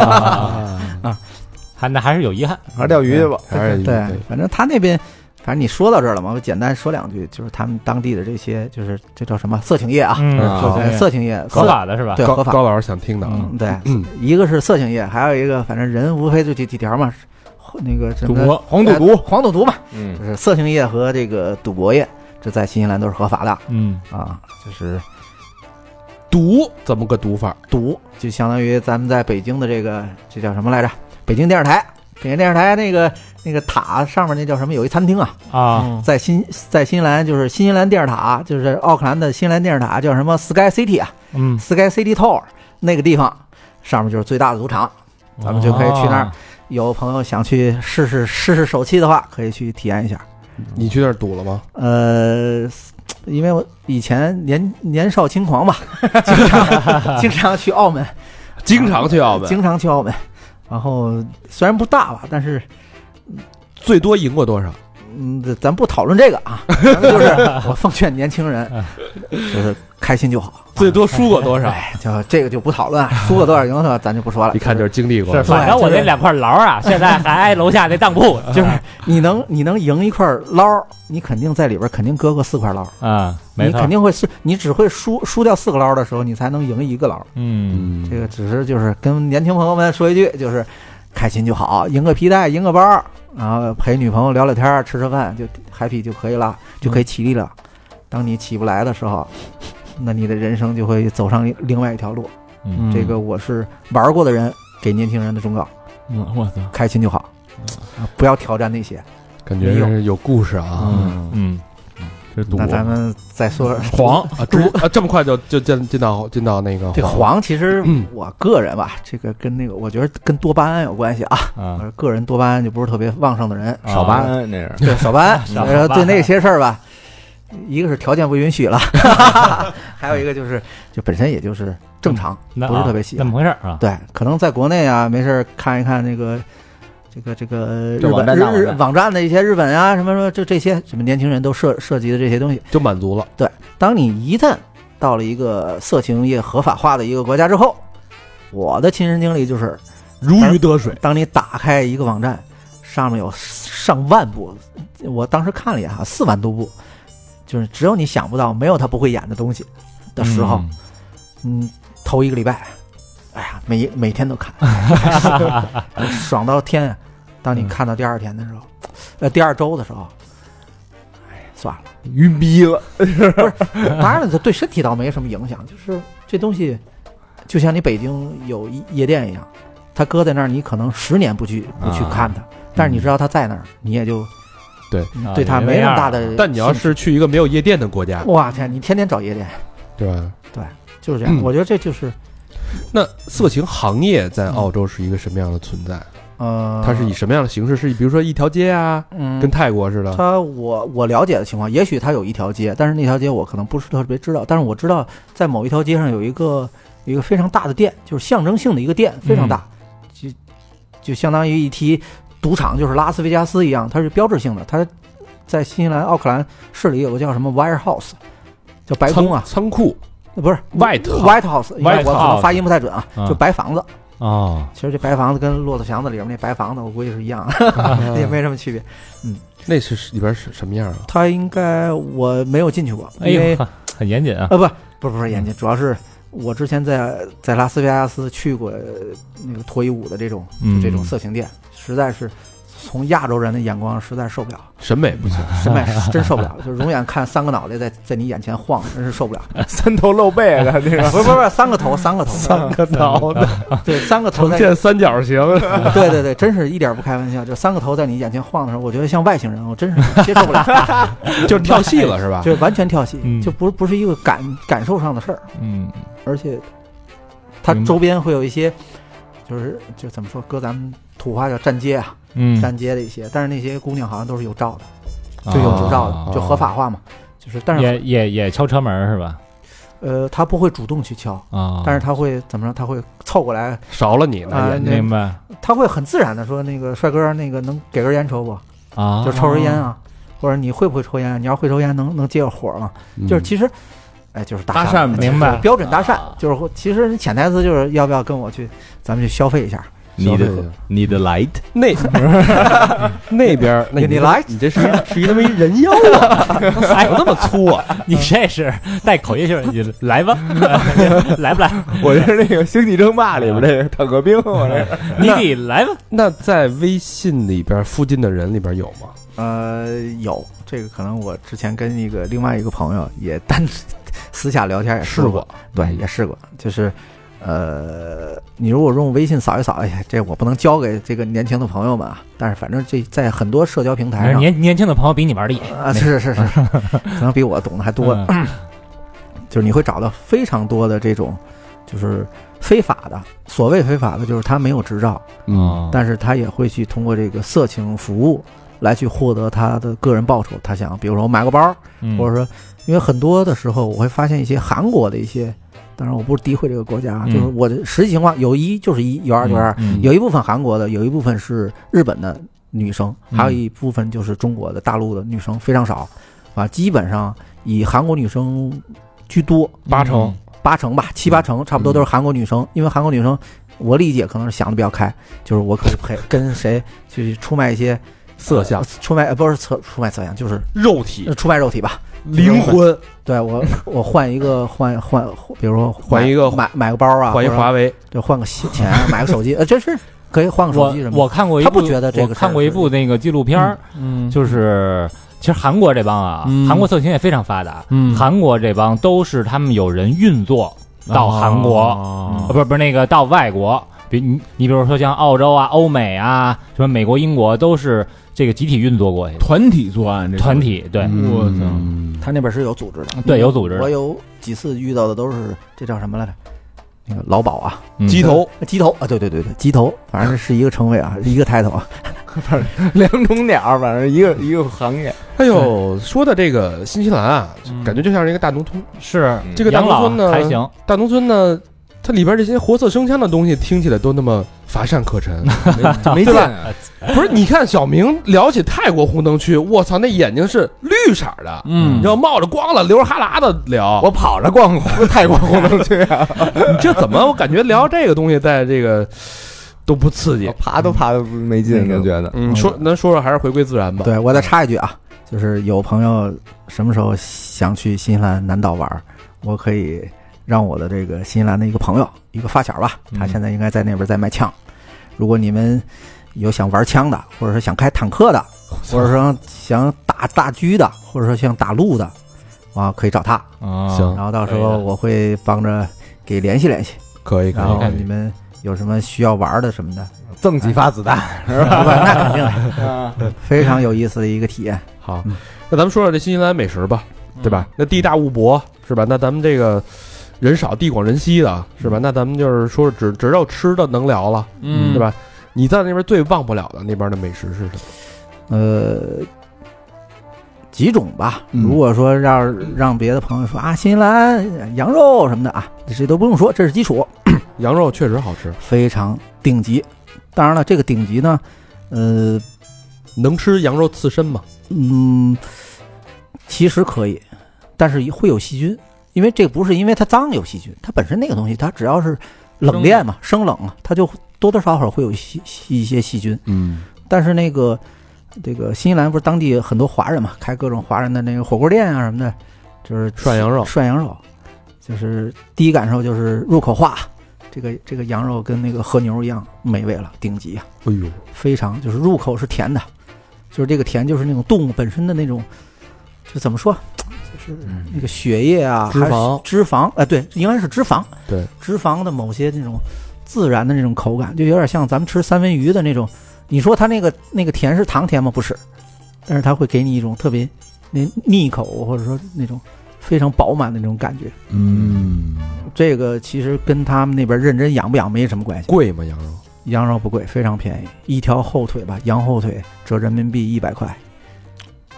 还是有遗憾， 还是钓鱼去吧， 对，反正他那边。反正你说到这儿了嘛，我简单说两句，就是他们当地的这些，就是这叫什么色情业啊，色情业合法的是吧？ 对，合法。 高老师想听的， 对，一个是色情业，还有一个反正人无非就几条嘛，那个什么黄赌毒嘛，就是色情业和这个赌博业，这在新西兰都是合法的，就是赌怎么个赌法？ 赌就相当于咱们在北京的这叫什么来着？北京电视台。北京电视台那个塔上面那叫什么？有一餐厅在新西兰就是新西兰电视塔，就是奥克兰的新西兰电视塔叫什么 Sky City 啊，Sky City Tower 那个地方上面就是最大的赌场，咱们就可以去那儿。有朋友想去试试手气的话，可以去体验一下。 你去那儿赌了吗？ 因为我以前年少轻狂吧，经常去澳门， 经常去澳门。 然后虽然不大吧，但是最多赢过多少？ 咱不讨论这个啊，咱们就是我奉劝年轻人，就是开心就好。 最多输过多少？ 就这个就不讨论，输过多少赢多少咱就不说了。 一看就是经历过。 是，反正我那2块捞啊，现在还挨楼下那当铺。 就是你能赢一块捞，你肯定在里边肯定搁个4块捞啊， 你肯定会是，你只会输掉4个捞的时候，你才能赢1个捞。这个只是就是跟年轻朋友们说一句，就是开心就好，赢个皮带，赢个包。然后陪女朋友聊聊天，吃饭就 happy 就可以了，就可以起立了。当你起不来的时候，那你的人生就会走上另外一条路。这个我是玩过的人给年轻人的忠告。 我操， 开心就好，不要挑战那些。 感觉是有故事啊。 那咱们再说黄这么快就进到那个这黄，其实我个人吧，这个跟那个我觉得跟多巴胺有关系啊。我个人多巴胺就不是特别旺盛的人， 少巴胺那是对少巴胺，对那些事儿吧，一个是条件不允许了，还有一个就本身也就是正常，不是特别喜欢。 那么回事啊？ 对，可能在国内啊，没事看一看那个。这个日本网站的一些日本啊什么这些什么年轻人都涉及的这些东西就满足了。 对，当你一旦到了一个色情业合法化的一个国家之后，我的亲身经历就是如鱼得水。 当你打开一个网站，上面有上万部，我当时看了一眼4万多部，就是只有你想不到没有他不会演的东西的时候，头1个礼拜，哎呀，每天都看，爽到天。当你看到第2天的时候，第2周的时候，算了， 晕逼了。 不是，当然了，这对身体倒没什么影响，就是这东西，就像你北京有夜店一样，它搁在那儿，你可能10年不去看它，但是你知道它在那儿，你也就对它没那么大的。 但你要是去一个没有夜店的国家， 哇天，你天天找夜店， 对吧？ 对，就是这样。我觉得这就是。 那色情行业在澳洲是一个什么样的存在？它是以什么样的形式？是比如说一条街啊，跟泰国似的。 我了解的情况，也许它有一条街，但是那条街我可能不是特别知道。但是我知道，在某一条街上有一个非常大的店，就是象征性的一个店，非常大，就相当于一提赌场就是拉斯维加斯一样，它是标志性的。它在新西兰奥克兰市里有个叫什么 Warehouse， 叫白宫啊， 仓库不是 White House， 我可能发音不太准啊，就白房子。其实这白房子跟骆驼祥子里面那白房子，我估计是一样，也没什么区别。 那是里边是什么样啊？ 它应该我没有进去过， 因为很严谨啊。 不是严谨，主要是我之前在拉斯维加斯去过那个脱衣舞的这种色情店，实在是从亚洲人的眼光实在受不了， 审美不行， 审美真受不了，就永远看3个脑袋在你眼前晃，真是受不了。 3头露背的这个， 不是3个头，3个脑袋，对，3个头呈现三角形， 对，真是一点不开玩笑。就3个头在你眼前晃的时候，我觉得像外星人，我真是接受不了， 就是跳戏了是吧？ 就完全跳戏，就不是一个感受上的事儿。而且它周边会有一些，就怎么说，搁咱们土话叫站街啊。站街的一些，但是那些姑娘好像都是有照的，就有执照的，就合法化嘛。就是，但是也敲车门是吧？ 他不会主动去敲啊，但是他会怎么着？他会凑过来勺了你呢， 明白？ 他会很自然的说：“那个帅哥，那个能给根烟抽不？ 啊， 就抽根烟啊，或者你会不会抽烟？你要会抽烟，能接个火吗？就是其实，就是搭讪， 明白？ 标准搭讪，就是其实潜台词就是要不要跟我去，咱们去消费一下。” 你的 light 那边那你 light 你这是一他妈人妖啊！ 哎呦那么粗啊！你这是带口音就是你来吧，来不来？ 我这是那个《星际争霸》里边那个坦克兵，我这你得来吧。 那在微信里边附近的人里边有吗？ 有这个可能我之前跟另外一个朋友也私下聊天也试过， 对，也试过，就是。你如果用微信扫一扫，哎呀，这我不能教给这个年轻的朋友们啊。但是反正这在很多社交平台上， 年轻的朋友比你玩的也啊，是，可能比我懂得还多。就是你会找到非常多的这种，就是非法的，所谓非法的，就是他没有执照，但是他也会去通过这个色情服务来去获得他的个人报酬。他想，比如说我买个包，或者说，因为很多的时候我会发现一些韩国的一些。当然，我不是诋毁这个国家，就是我的实际情况，有一就是一，有二就是二，有一部分韩国的，有一部分是日本的女生，还有一部分就是中国的大陆的女生，非常少，啊，基本上以韩国女生居多 ，8成吧，7、8成差不多都是韩国女生，因为韩国女生，我理解可能是想的比较开，就是我可以跟谁去出卖一些色相， 出卖不是出卖色相，就是肉体， 出卖肉体吧。 灵魂， 对我换一个换，比如说换一个买个包啊， 换一华为， 就换个钱，买个手机，这是可以换个手机什么？ 我看过一部， 他不觉得这个， 看过一部那个纪录片，就是其实韩国这帮啊，韩国色情也非常发达，韩国这帮都是他们有人运作到韩国，不是那个到外国，你比如说像澳洲啊、欧美啊、什么美国、英国都是。这个集体运作过去， 团体作案， 团体对， 我操， 他那边是有组织的， 对，有组织。 我有几次遇到的都是这叫什么来着？那个劳保啊， 鸡头啊，对，鸡头，反正是一个称谓啊，一个抬头啊， 两种鸟，反正一个行业。 哎呦，说的这个新西兰啊，感觉就像是一个大农村， 是这个大农村呢， 还行， 大农村呢。它里边这些活色生香的东西听起来都那么乏善可陈， 没劲啊！ 不是，你看小明聊起泰国红灯区，我操，那眼睛是绿色的，你要冒着光了，流着哈喇的聊， 我跑着逛泰国红灯区啊！ 你这怎么？我感觉聊这个东西在这个都不刺激， 爬都没劲，我觉得。 说还是回归自然吧。 对，我再插一句啊，就是有朋友什么时候想去新西兰南岛玩，我可以。让我的这个新西兰的一个朋友，一个发小吧，他现在应该在那边在卖枪。如果你们有想玩枪的，或者说想开坦克的，或者说想打大狙的，或者说想打路的，啊，可以找他。行，然后到时候我会帮着给联系联系。 可以， 然后你们有什么需要玩的什么的， 赠几发子弹是吧？ 那肯定的，非常有意思的一个体验。 好，那咱们说说这新西兰美食吧，对吧？那地大物博是吧？那咱们这个。人少地广人稀的是吧？那咱们就是说只有吃的能聊了，对吧？你在那边最忘不了的那边的美食是什么？ 几种吧。如果说让别的朋友说啊，新西兰羊肉什么的啊，这都不用说，这是基础。 羊肉确实好吃， 非常顶级。当然了，这个顶级呢， 能吃羊肉刺身吗？ 其实可以，但是会有细菌。因为这个不是因为它脏有细菌，它本身那个东西，它只要是冷链嘛，生冷啊，它就多多少少会有一些细菌。但是这个新西兰不是当地很多华人嘛，开各种华人的那个火锅店啊什么的，就是涮羊肉，就是第一感受就是入口化，这个羊肉跟那个和牛一样美味了，顶级啊！ 哎呦， 非常就是入口是甜的，就是这个甜就是那种动物本身的那种，就怎么说？就是那个血液啊，脂肪，对，应该是脂肪， 对， 脂肪的某些那种自然的那种口感，就有点像咱们吃三文鱼的那种。你说它那个甜是糖甜吗？不是，但是它会给你一种特别腻口，或者说那种非常饱满的那种感觉。这个其实跟他们那边认真养不养没什么关系。 贵吗？ 羊肉不贵，非常便宜，一条后腿吧，羊后腿折人民币100块。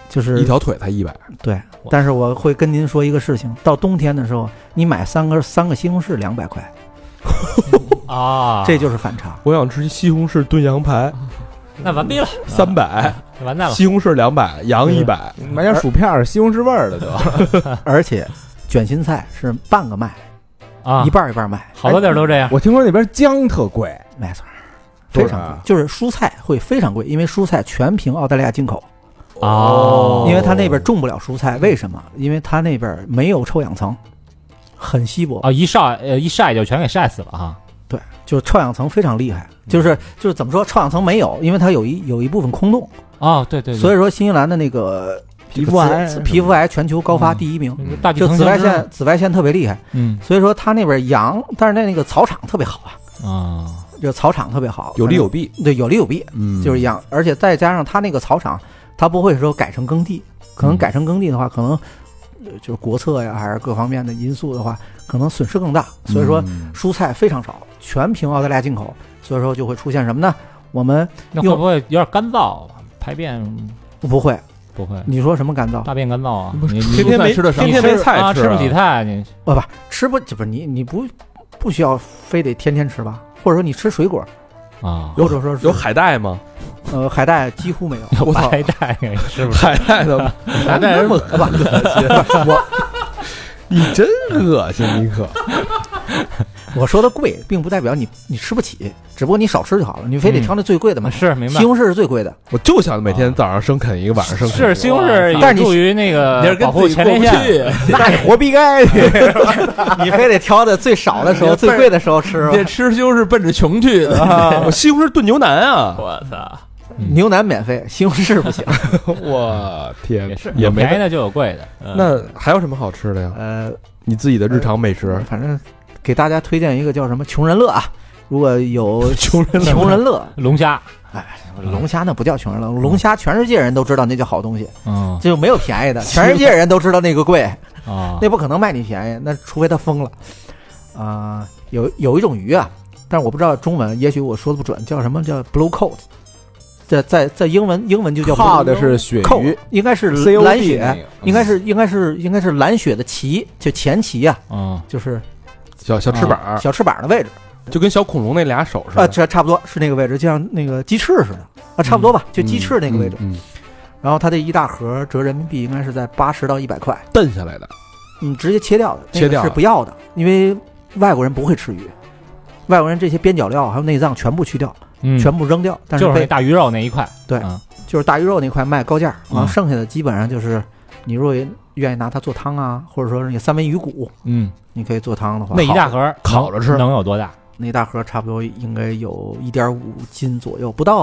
就是一条腿才100。 对，但是我会跟您说一个事情，到冬天的时候，你买三个西红柿200块啊， 这就是反差。 我想吃西红柿炖羊排， 那完逼了 ，300， 完蛋了。 西红柿200，羊100， 买点薯片西红柿味儿的就。 而且卷心菜是半个卖啊， 一半卖， 好多地儿都这样。 我听说那边姜特贵， 没错，非常贵，就是蔬菜会非常贵，因为蔬菜全凭澳大利亚进口。 哦， 因为他那边种不了蔬菜，为什么？因为他那边没有臭氧层，很稀薄啊，一晒就全给晒死了哈。 对，就是臭氧层非常厉害，就是怎么说，臭氧层没有，因为它有一部分空洞。 哦，对对。 所以说新西兰的那个皮肤癌全球高发第1名，就紫外线特别厉害。所以说他那边羊，但是那个草场特别好啊。就草场特别好， 有利有弊。 对，有利有弊。就是羊，而且再加上他那个草场。它不会说改成耕地，可能改成耕地的话，可能就是国策呀，还是各方面的因素的话，可能损失更大。所以说蔬菜非常少，全凭澳大利亚进口，所以说就会出现什么呢？我们那会不会有点干燥？排便不会。你说什么干燥？ 大便干燥啊？ 你天天没菜吃不起菜，你不吃不你不需要非得天天吃吧？或者说你吃水果啊？ 或者说有海带吗？ 海带几乎没有。 我操，海带是不是？ 海带的海带那么恶心， 你真恶心，你可。 我说的贵，并不代表你吃不起，只不过你少吃就好了。你非得挑那最贵的嘛？ 是，明白。 西红柿是最贵的。 我就想每天早上生啃一个，晚上生啃一个。 是西红柿有助于那个保护前列腺， 那你活逼该。 你非得挑的最少的时候、最贵的时候吃。 别吃西红柿奔着穷去的。 我西红柿炖牛腩啊！ 我操， 牛腩免费，西红柿不行。 我天， 也是有便宜的就有贵的。 那还有什么好吃的呀？你自己的日常美食， 反正。给大家推荐一个叫什么穷人乐啊！如果有穷人乐龙虾， 龙虾那不叫穷人乐，龙虾全世界人都知道那叫好东西，就没有便宜的，全世界人都知道那个贵啊，那不可能卖你便宜，那除非他疯了啊。有一种鱼啊，但是我不知道中文，也许我说的不准，叫什么叫 blue coat， 在英文就叫靠的是鳕鱼， 应该是蓝鳕，应该是蓝鳕的鳍，就前鳍啊，就是。 小翅膀的位置， 就跟小恐龙那俩手似的这差不多是那个位置，就像那个鸡翅似的啊，差不多吧，就鸡翅那个位置。然后它这一大盒折人民币应该是在80到100块， 炖下来的， 直接切掉的，那个是不要的，因为外国人不会吃鱼，外国人这些边角料还有内脏全部去掉，全部扔掉。但是就是大鱼肉那一块， 对，就是大鱼肉那块卖高价，然后剩下的基本上就是你如果愿意拿它做汤啊，或者说那个三文鱼骨，你可以做汤的话， 那一大盒烤着吃能有多大？ 那一大盒差不多应该有1.5斤左右，不到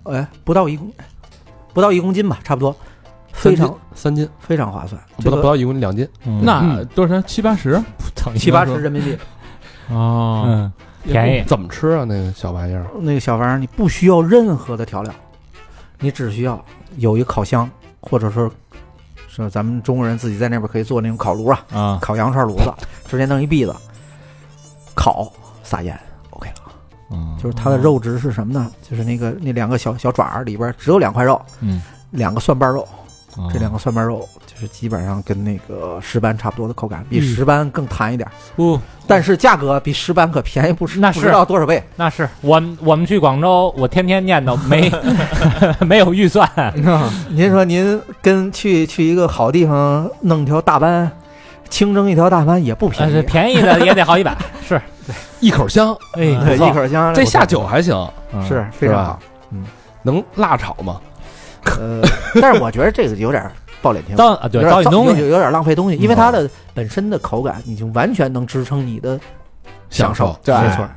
1公斤吧，差不多，非常 3斤， 非常划算， 不到1公斤2斤， 那多少？70-80， 70-80人民币。 哦，便宜。 怎么吃啊？那个小玩意儿？ 那个小玩意儿你不需要任何的调料，你只需要有一个烤箱，或者说。是咱们中国人自己在那边可以做那种烤炉啊，烤羊串炉子，直接弄一篦子，烤撒盐 ，OK 了。就是它的肉质是什么呢？就是那2个小爪里边只有2块肉，2个蒜瓣肉，这2个蒜瓣肉就是基本上跟那个石斑差不多的口感，比石斑更弹一点。但是价格比石斑可便宜不知道多少倍。 那是我们去广州，我天天念叨没有预算。 您说您跟去一个好地方弄条大斑，清蒸一条大斑也不便宜， 便宜的也得好100，是一口香， 对，一口香， 这下酒还行， 是非常好。 能辣炒吗？ 但是我觉得这个有点暴殄天物， 对，糟践东西， 有点浪费东西，因为它的本身的口感已经完全能支撑你的享受，没错。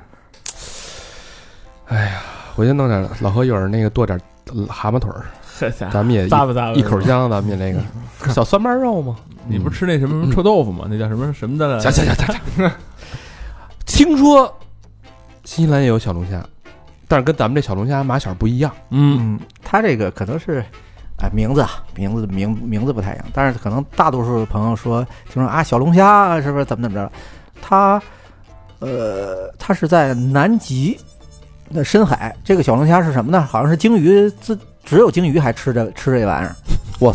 哎呀，回去弄点老何友那个剁点蛤蟆腿儿，咱们也一口香，咱们也那个小蒜瓣肉吗？ 你不是吃那什么臭豆腐吗？那叫什么的？ 行。听说新西兰也有小龙虾，但是跟咱们这小龙虾马小不一样。 它这个可能是。名字不太一样，但是可能大多数朋友说听说啊小龙虾是不是怎么着？它是在南极的深海，这个小龙虾是什么呢？好像是鲸鱼，只有鲸鱼还吃这玩意儿。 我操，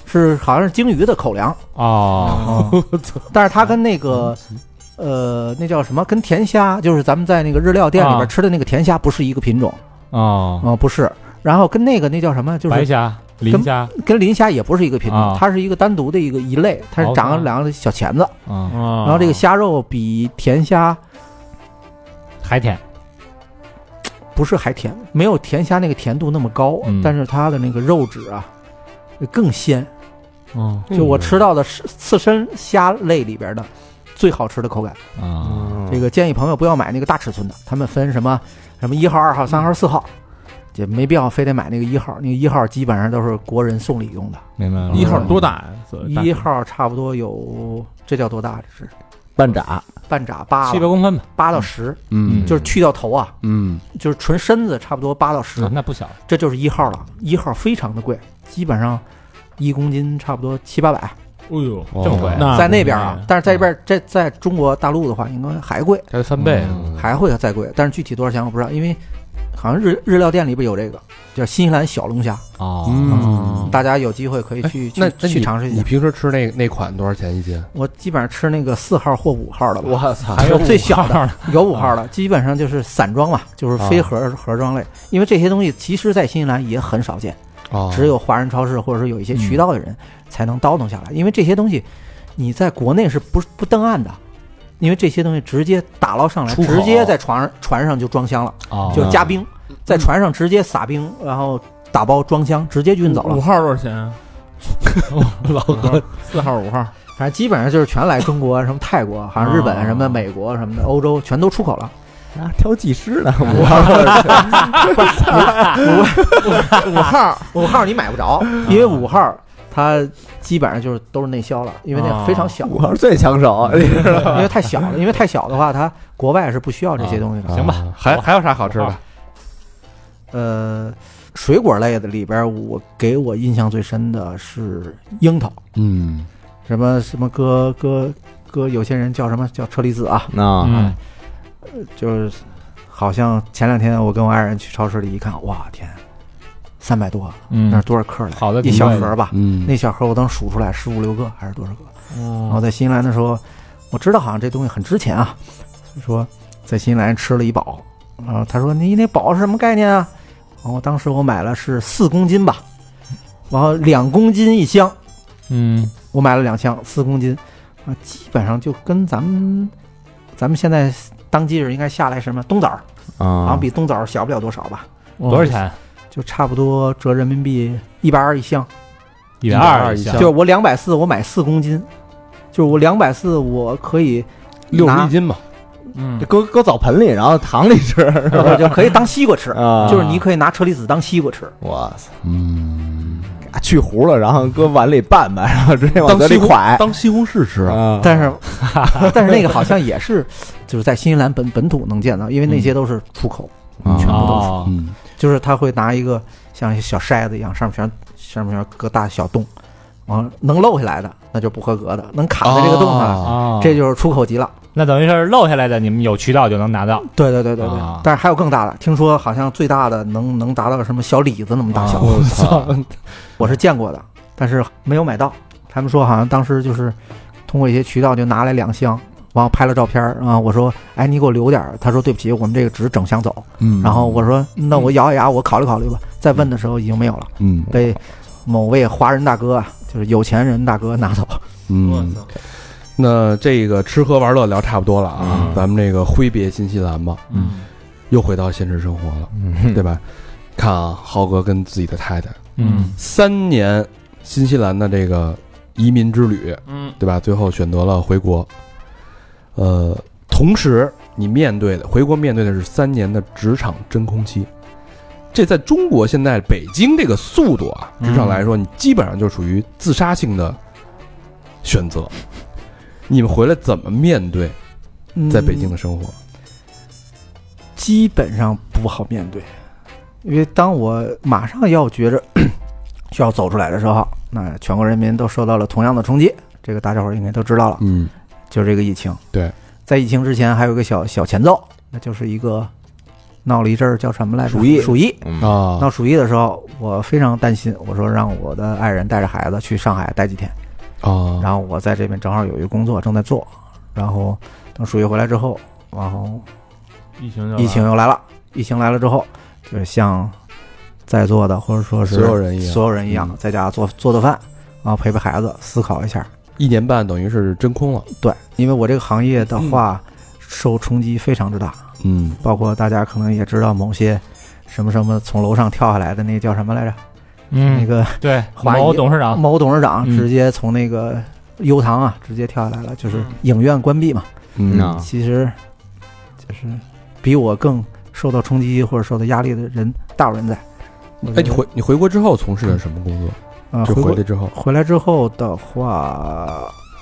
是好像是鲸鱼的口粮哦， 但是它跟那个那叫什么，跟甜虾，就是咱们在那个日料店里边吃的那个甜虾不是一个品种不是。然后跟那叫什么，就是白虾、磷虾， 跟磷虾也不是一个品种，它是一个单独的一类，它是长了两个小钳子然后这个虾肉比甜虾还甜。 不是还甜，没有甜虾那个甜度那么高，但是它的那个肉质啊更鲜。就我吃到的刺身虾类里边的最好吃的口感这个建议朋友不要买那个大尺寸的，他们分什么1号、2号、3号、4号，也没必要非得买那个1号，那个1号基本上都是国人送礼用的。 明白了。 1号多大呀 ？1号差不多有，这叫多大？这是半掌 8 700公分吧 ，8到10，就是去掉头啊，就是纯身子差不多8到10， 那不小， 这就是1号了。1号非常的贵，基本上1公斤差不多700-800。 哎呦， 这么贵！ 在那边啊，但是在这边，在中国大陆的话，应该还贵， 还3倍， 还会再贵。但是具体多少钱我不知道，因为好像日料店里边有这个叫新西兰小龙虾大家有机会可以去尝试一下。 你平时吃那款多少钱一斤？ 我基本上吃那个4号或5号的吧。 我操， 还有最小的有5号的，基本上就是散装嘛，就是非盒装类。因为这些东西其实在新西兰也很少见，只有华人超市或者是有一些渠道的人才能倒腾下来。因为这些东西你在国内是不登岸的，因为这些东西直接打捞上来，直接在船上就装箱了，就加冰，在船上直接撒冰，然后打包装箱，直接就运走了。 5号多少钱啊？ 老哥 ，4号、5号， 反正基本上就是全来中国，什么泰国，好像日本什么的，美国什么的，欧洲全都出口了。 挑技师呢 ？5号你买不着，因为5号它基本上就是都是内销了，因为那非常小。 5号最抢手， 因为太小了，因为太小的话，它国外是不需要这些东西的。 行吧， 还有啥好吃的？水果类的里边，给我印象最深的是樱桃。什么搁有些人叫什么叫车厘子啊？就是好像前2天我跟我爱人去超市里一看，哇天，300多，那是多少克来？ 好的， 一小盒吧，那小盒我能数出来15、16个还是多少个？然后在新西兰的时候，我知道好像这东西很值钱啊，所以说在新西兰吃了一饱。他说你那饱是什么概念啊？然后当时我买了是4公斤吧，然后2公斤一箱，我买了2箱4公斤，基本上就跟咱们现在当季日应该下来什么冬枣好像比冬枣小不了多少吧？ 多少钱？ 就差不多折人民币120一箱 ，120一箱， 就是我240，我买4公斤，就是我240，我可以 60一斤嘛。 搁澡盆里，然后糖里吃， 就可以当西瓜吃，就是你可以拿车厘子当西瓜吃。 哇塞，去核了，然后搁碗里拌拌，然后直接往嘴里蒯， 当西红柿吃。 但是那个好像也是，就是在新西兰本土能见到，因为那些都是出口，全部都是。就是他会拿一个像小筛子一样，上面全搁大小洞，能漏下来的那就不合格的，能卡在这个洞上，这就是出口级了。 那等于是漏下来的，你们有渠道就能拿到。 对，但是还有更大的，听说好像最大的能达到什么小李子那么大小。我是见过的，但是没有买到。他们说好像当时就是通过一些渠道就拿来2箱，然后拍了照片啊。我说，哎，你给我留点。他说对不起，我们这个只是整箱走。然后我说那我咬牙，我考虑考虑吧。再问的时候已经没有了，被某位华人大哥，就是有钱人大哥拿走。 那这个吃喝玩乐聊差不多了啊，咱们这个挥别新西兰吧，又回到现实生活了，对吧？看啊，浩哥跟自己的太太，3年新西兰的这个移民之旅，对吧？最后选择了回国，同时你回国面对的是3年的职场真空期，这在中国现在北京这个速度啊，职场来说，你基本上就属于自杀性的选择。你们回来怎么面对在北京的生活？ 基本上不好面对，因为当我马上要觉着需要走出来的时候，那全国人民都受到了同样的冲击，这个大家伙应该都知道了。就是这个疫情。 对， 在疫情之前还有一个小前奏，那就是一个闹了一阵儿叫什么来着？鼠疫啊！闹鼠疫的时候，我非常担心，我说让我的爱人带着孩子去上海待几天啊。然后我在这边正好有一个工作正在做，然后等鼠疫回来之后，然后疫情又来了。疫情来了之后，就是像在座的或者说是所有人一样，在家做饭，然后陪陪孩子，思考一下。 1年半等于是真空了。 对，因为我这个行业的话，受冲击非常之大。包括大家可能也知道某些什么从楼上跳下来的那个叫什么来着？那个对，某董事长直接从那个优唐啊直接跳下来了，就是影院关闭嘛。其实就是比我更受到冲击或者受到压力的人大有人在。 哎，你回国之后从事了什么工作？就回来之后的话，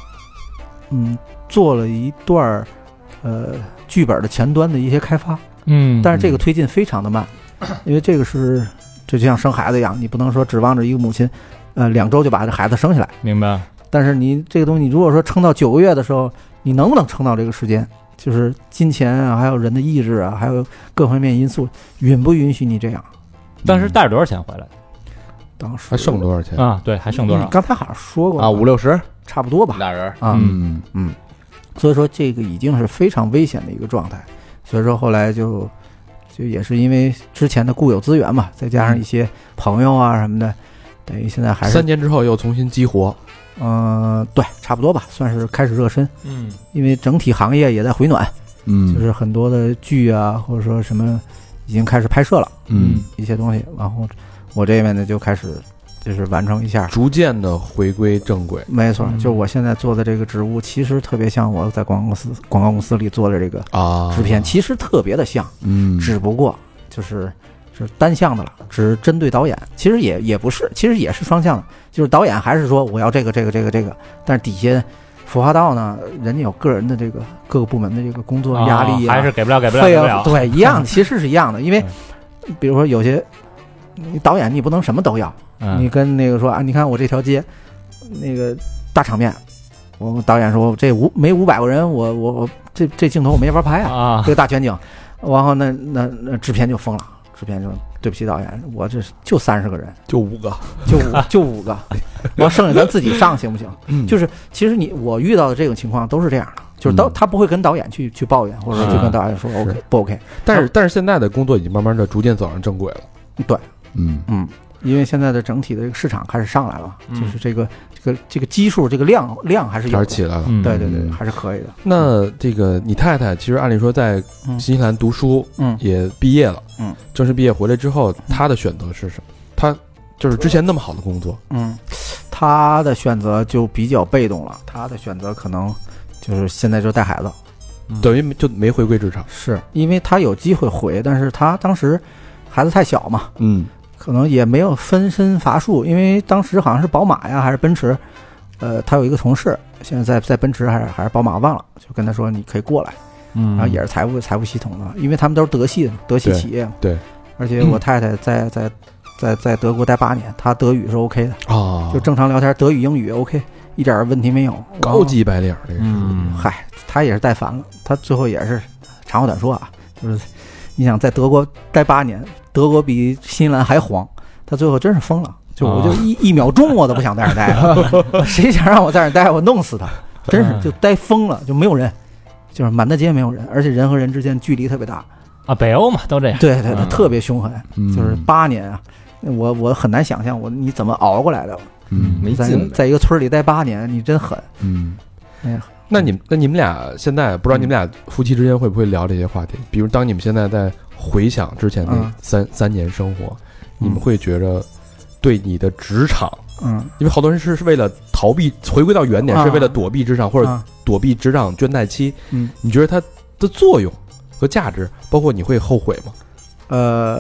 做了一段剧本的前端的一些开发，但是这个推进非常的慢，因为这就像生孩子一样，你不能说指望着一个母亲，2周就把这孩子生下来， 明白？ 但是你这个东西，你如果说撑到9个月的时候，你能不能撑到这个时间？就是金钱啊，还有人的意志啊，还有各方面因素，允不允许你这样？ 当时带着多少钱回来？ 当时还剩多少钱啊？对，还剩多少？ 刚才好像说过啊，50-60， 差不多吧。 俩人啊，所以说这个已经是非常危险的一个状态。所以说后来就也是因为之前的固有资源嘛，再加上一些朋友啊什么的，等于现在还是 3年之后又重新激活。 对，差不多吧，算是开始热身。因为整体行业也在回暖，就是很多的剧啊，或者说什么已经开始拍摄了，一些东西，然后我这边呢就开始就是完成一下， 逐渐的回归正轨。 没错，就是我现在做的这个职务，其实特别像我在广告公司里做的这个制片，其实特别的像，只不过是单向的了，只针对导演。其实也不是，其实也是双向的，就是导演还是说我要这个，但是底下服化道呢，人家有个人的这个各个部门的这个工作压力还是给不了， 对，一样，其实是一样的。因为比如说有些你导演你不能什么都要，你跟那个说啊，你看我这条街那个大场面，我导演说这没500个人，我这镜头我没法拍啊，这个大全景，然后那制片就疯了。制片就对不起导演，我这就30个人， 就5个， 就5个，完剩下咱自己上行不行？就是其实我遇到的这种情况都是这样的，就是他不会跟导演去抱怨，或者说就跟导演说 OK 不 OK。 但是现在的工作已经慢慢的逐渐走上正轨了。 对，因为现在的整体的这个市场开始上来了，就是这个基数这个量还是有的， 起来了。 对，还是可以的。 那这个你太太其实按理说在新西兰读书，也毕业了，正式毕业回来之后，她的选择是什么？她就是之前那么好的工作， 她的选择就比较被动了。她的选择可能就是现在就带孩子， 等于就没回归职场。 是因为她有机会回，但是她当时孩子太小嘛，可能也没有分身乏术，因为当时好像是宝马呀还是奔驰，他有一个同事现在在奔驰还是宝马忘了，就跟他说你可以过来，然后也是财务系统的，因为他们都是德系企业， 对， 而且我太太在德国待8年，她德语是 OK 的啊，就正常聊天，德语英语 OK， 一点问题没有， 高级白领这个是， 嗨，他也是带烦了，他最后也是长话短说啊，就是你想在德国待8年。德国比新西兰还黄，他最后真是疯了，我就一秒钟我都不想在那儿待了，谁想让我在那儿待，我弄死他，真是就待疯了，就没有人，就是满大街没有人，而且人和人之间距离特别大啊，北欧嘛都这样， 对，他特别凶狠，就是8年啊，我很难想象你怎么熬过来的， 没劲， 在一个村里待8年，你真狠， 哎呀，那你们俩现在不知道你们俩夫妻之间会不会聊这些话题？比如当你们现在在回想之前那三年生活，你们会觉着对你的职场，因为好多人是为了逃避，回归到原点，是为了躲避职场或者躲避职场倦怠期，你觉得它的作用和价值，包括你会后悔吗？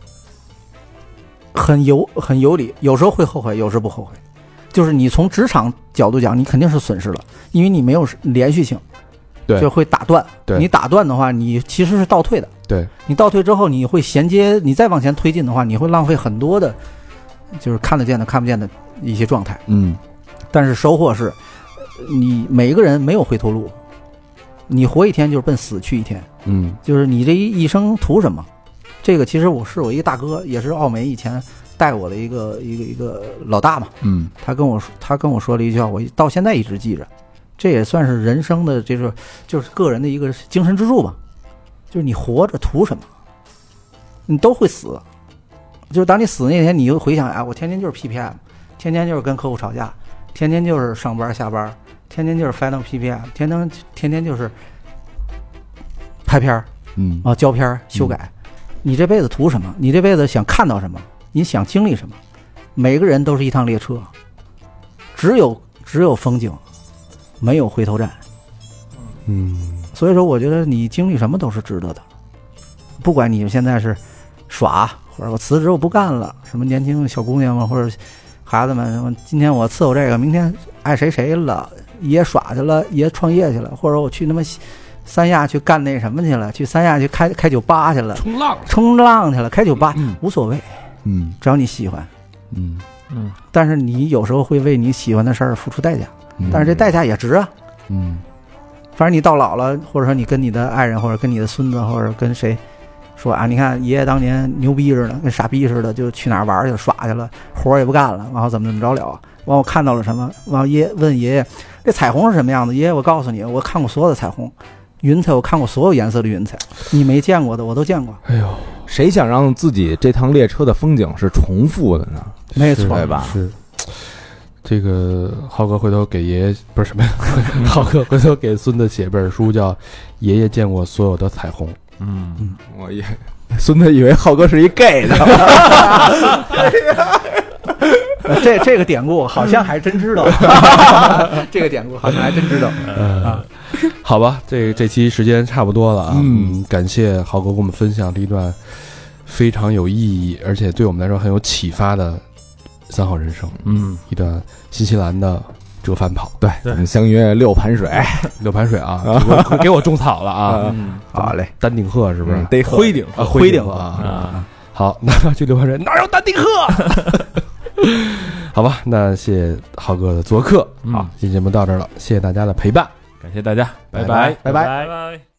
很有理，有时候会后悔，有时不后悔。就是你从职场角度讲，你肯定是损失了，因为你没有连续性。 对， 就会打断。 对， 你打断的话，你其实是倒退的。 对，你倒退之后，你会衔接，你再往前推进的话，你会浪费很多的，就是看得见的、看不见的一些状态。但是收获是，你每一个人没有回头路，你活一天就是奔死去一天。就是你这一生图什么？ 这个其实我一个大哥，也是奥美以前带我的一个老大嘛，他跟我说了一句话，我到现在一直记着，这也算是人生的就是个人的一个精神支柱吧，就是你活着图什么？你都会死，就是当你死那天，你就回想，我天天就是 PPM， 天天就是跟客户吵架，天天就是上班下班，天天就是 final PPM， 天天就是拍片胶片修改。你这辈子图什么？你这辈子想看到什么？你想经历什么？每个人都是一趟列车，只有风景，没有回头站。所以说我觉得你经历什么都是值得的，不管你现在是耍，或者我辞职我不干了，什么年轻小姑娘们或者孩子们，什么今天我伺候这个，明天爱谁了，爷耍去了，爷创业去了，或者我去他妈三亚去干那什么去了，去三亚去开酒吧去了，冲浪去了，开酒吧无所谓，只要你喜欢，但是你有时候会为你喜欢的事儿付出代价，但是这代价也值啊，反正你到老了，或者说你跟你的爱人，或者跟你的孙子，或者跟谁说你看爷爷当年牛逼似的，跟傻逼似的，就去哪儿玩去了，耍去了，活也不干了，然后怎么着了，完我看到了什么，完问爷爷这彩虹是什么样子，爷爷我告诉你，我看过所有的彩虹，云彩我看过所有颜色的云彩，你没见过的我都见过。哎呦， 谁想让自己这趟列车的风景是重复的呢？ 没错， 对吧？ 是。这个浩哥回头给爷爷不是什么呀？浩哥回头给孙子写本书，叫《爷爷见过所有的彩虹》。 我也孙子以为浩哥是一 gay 的。 这个典故好像还真知道。这个典故好像还真知道。 好吧，这期时间差不多了啊。感谢浩哥给我们分享这一段非常有意义，而且对我们来说很有启发的3号人生，一段新西兰的折返跑， 对，我们相约6盘水啊，给我种草了啊， 好嘞， 丹顶鹤是不是？ 得灰顶鹤啊，好，那去6盘水哪有丹顶鹤？好吧，那谢谢浩哥的做客，好，今天节目到这儿了，谢谢大家的陪伴， 感谢大家， 拜拜。 拜拜。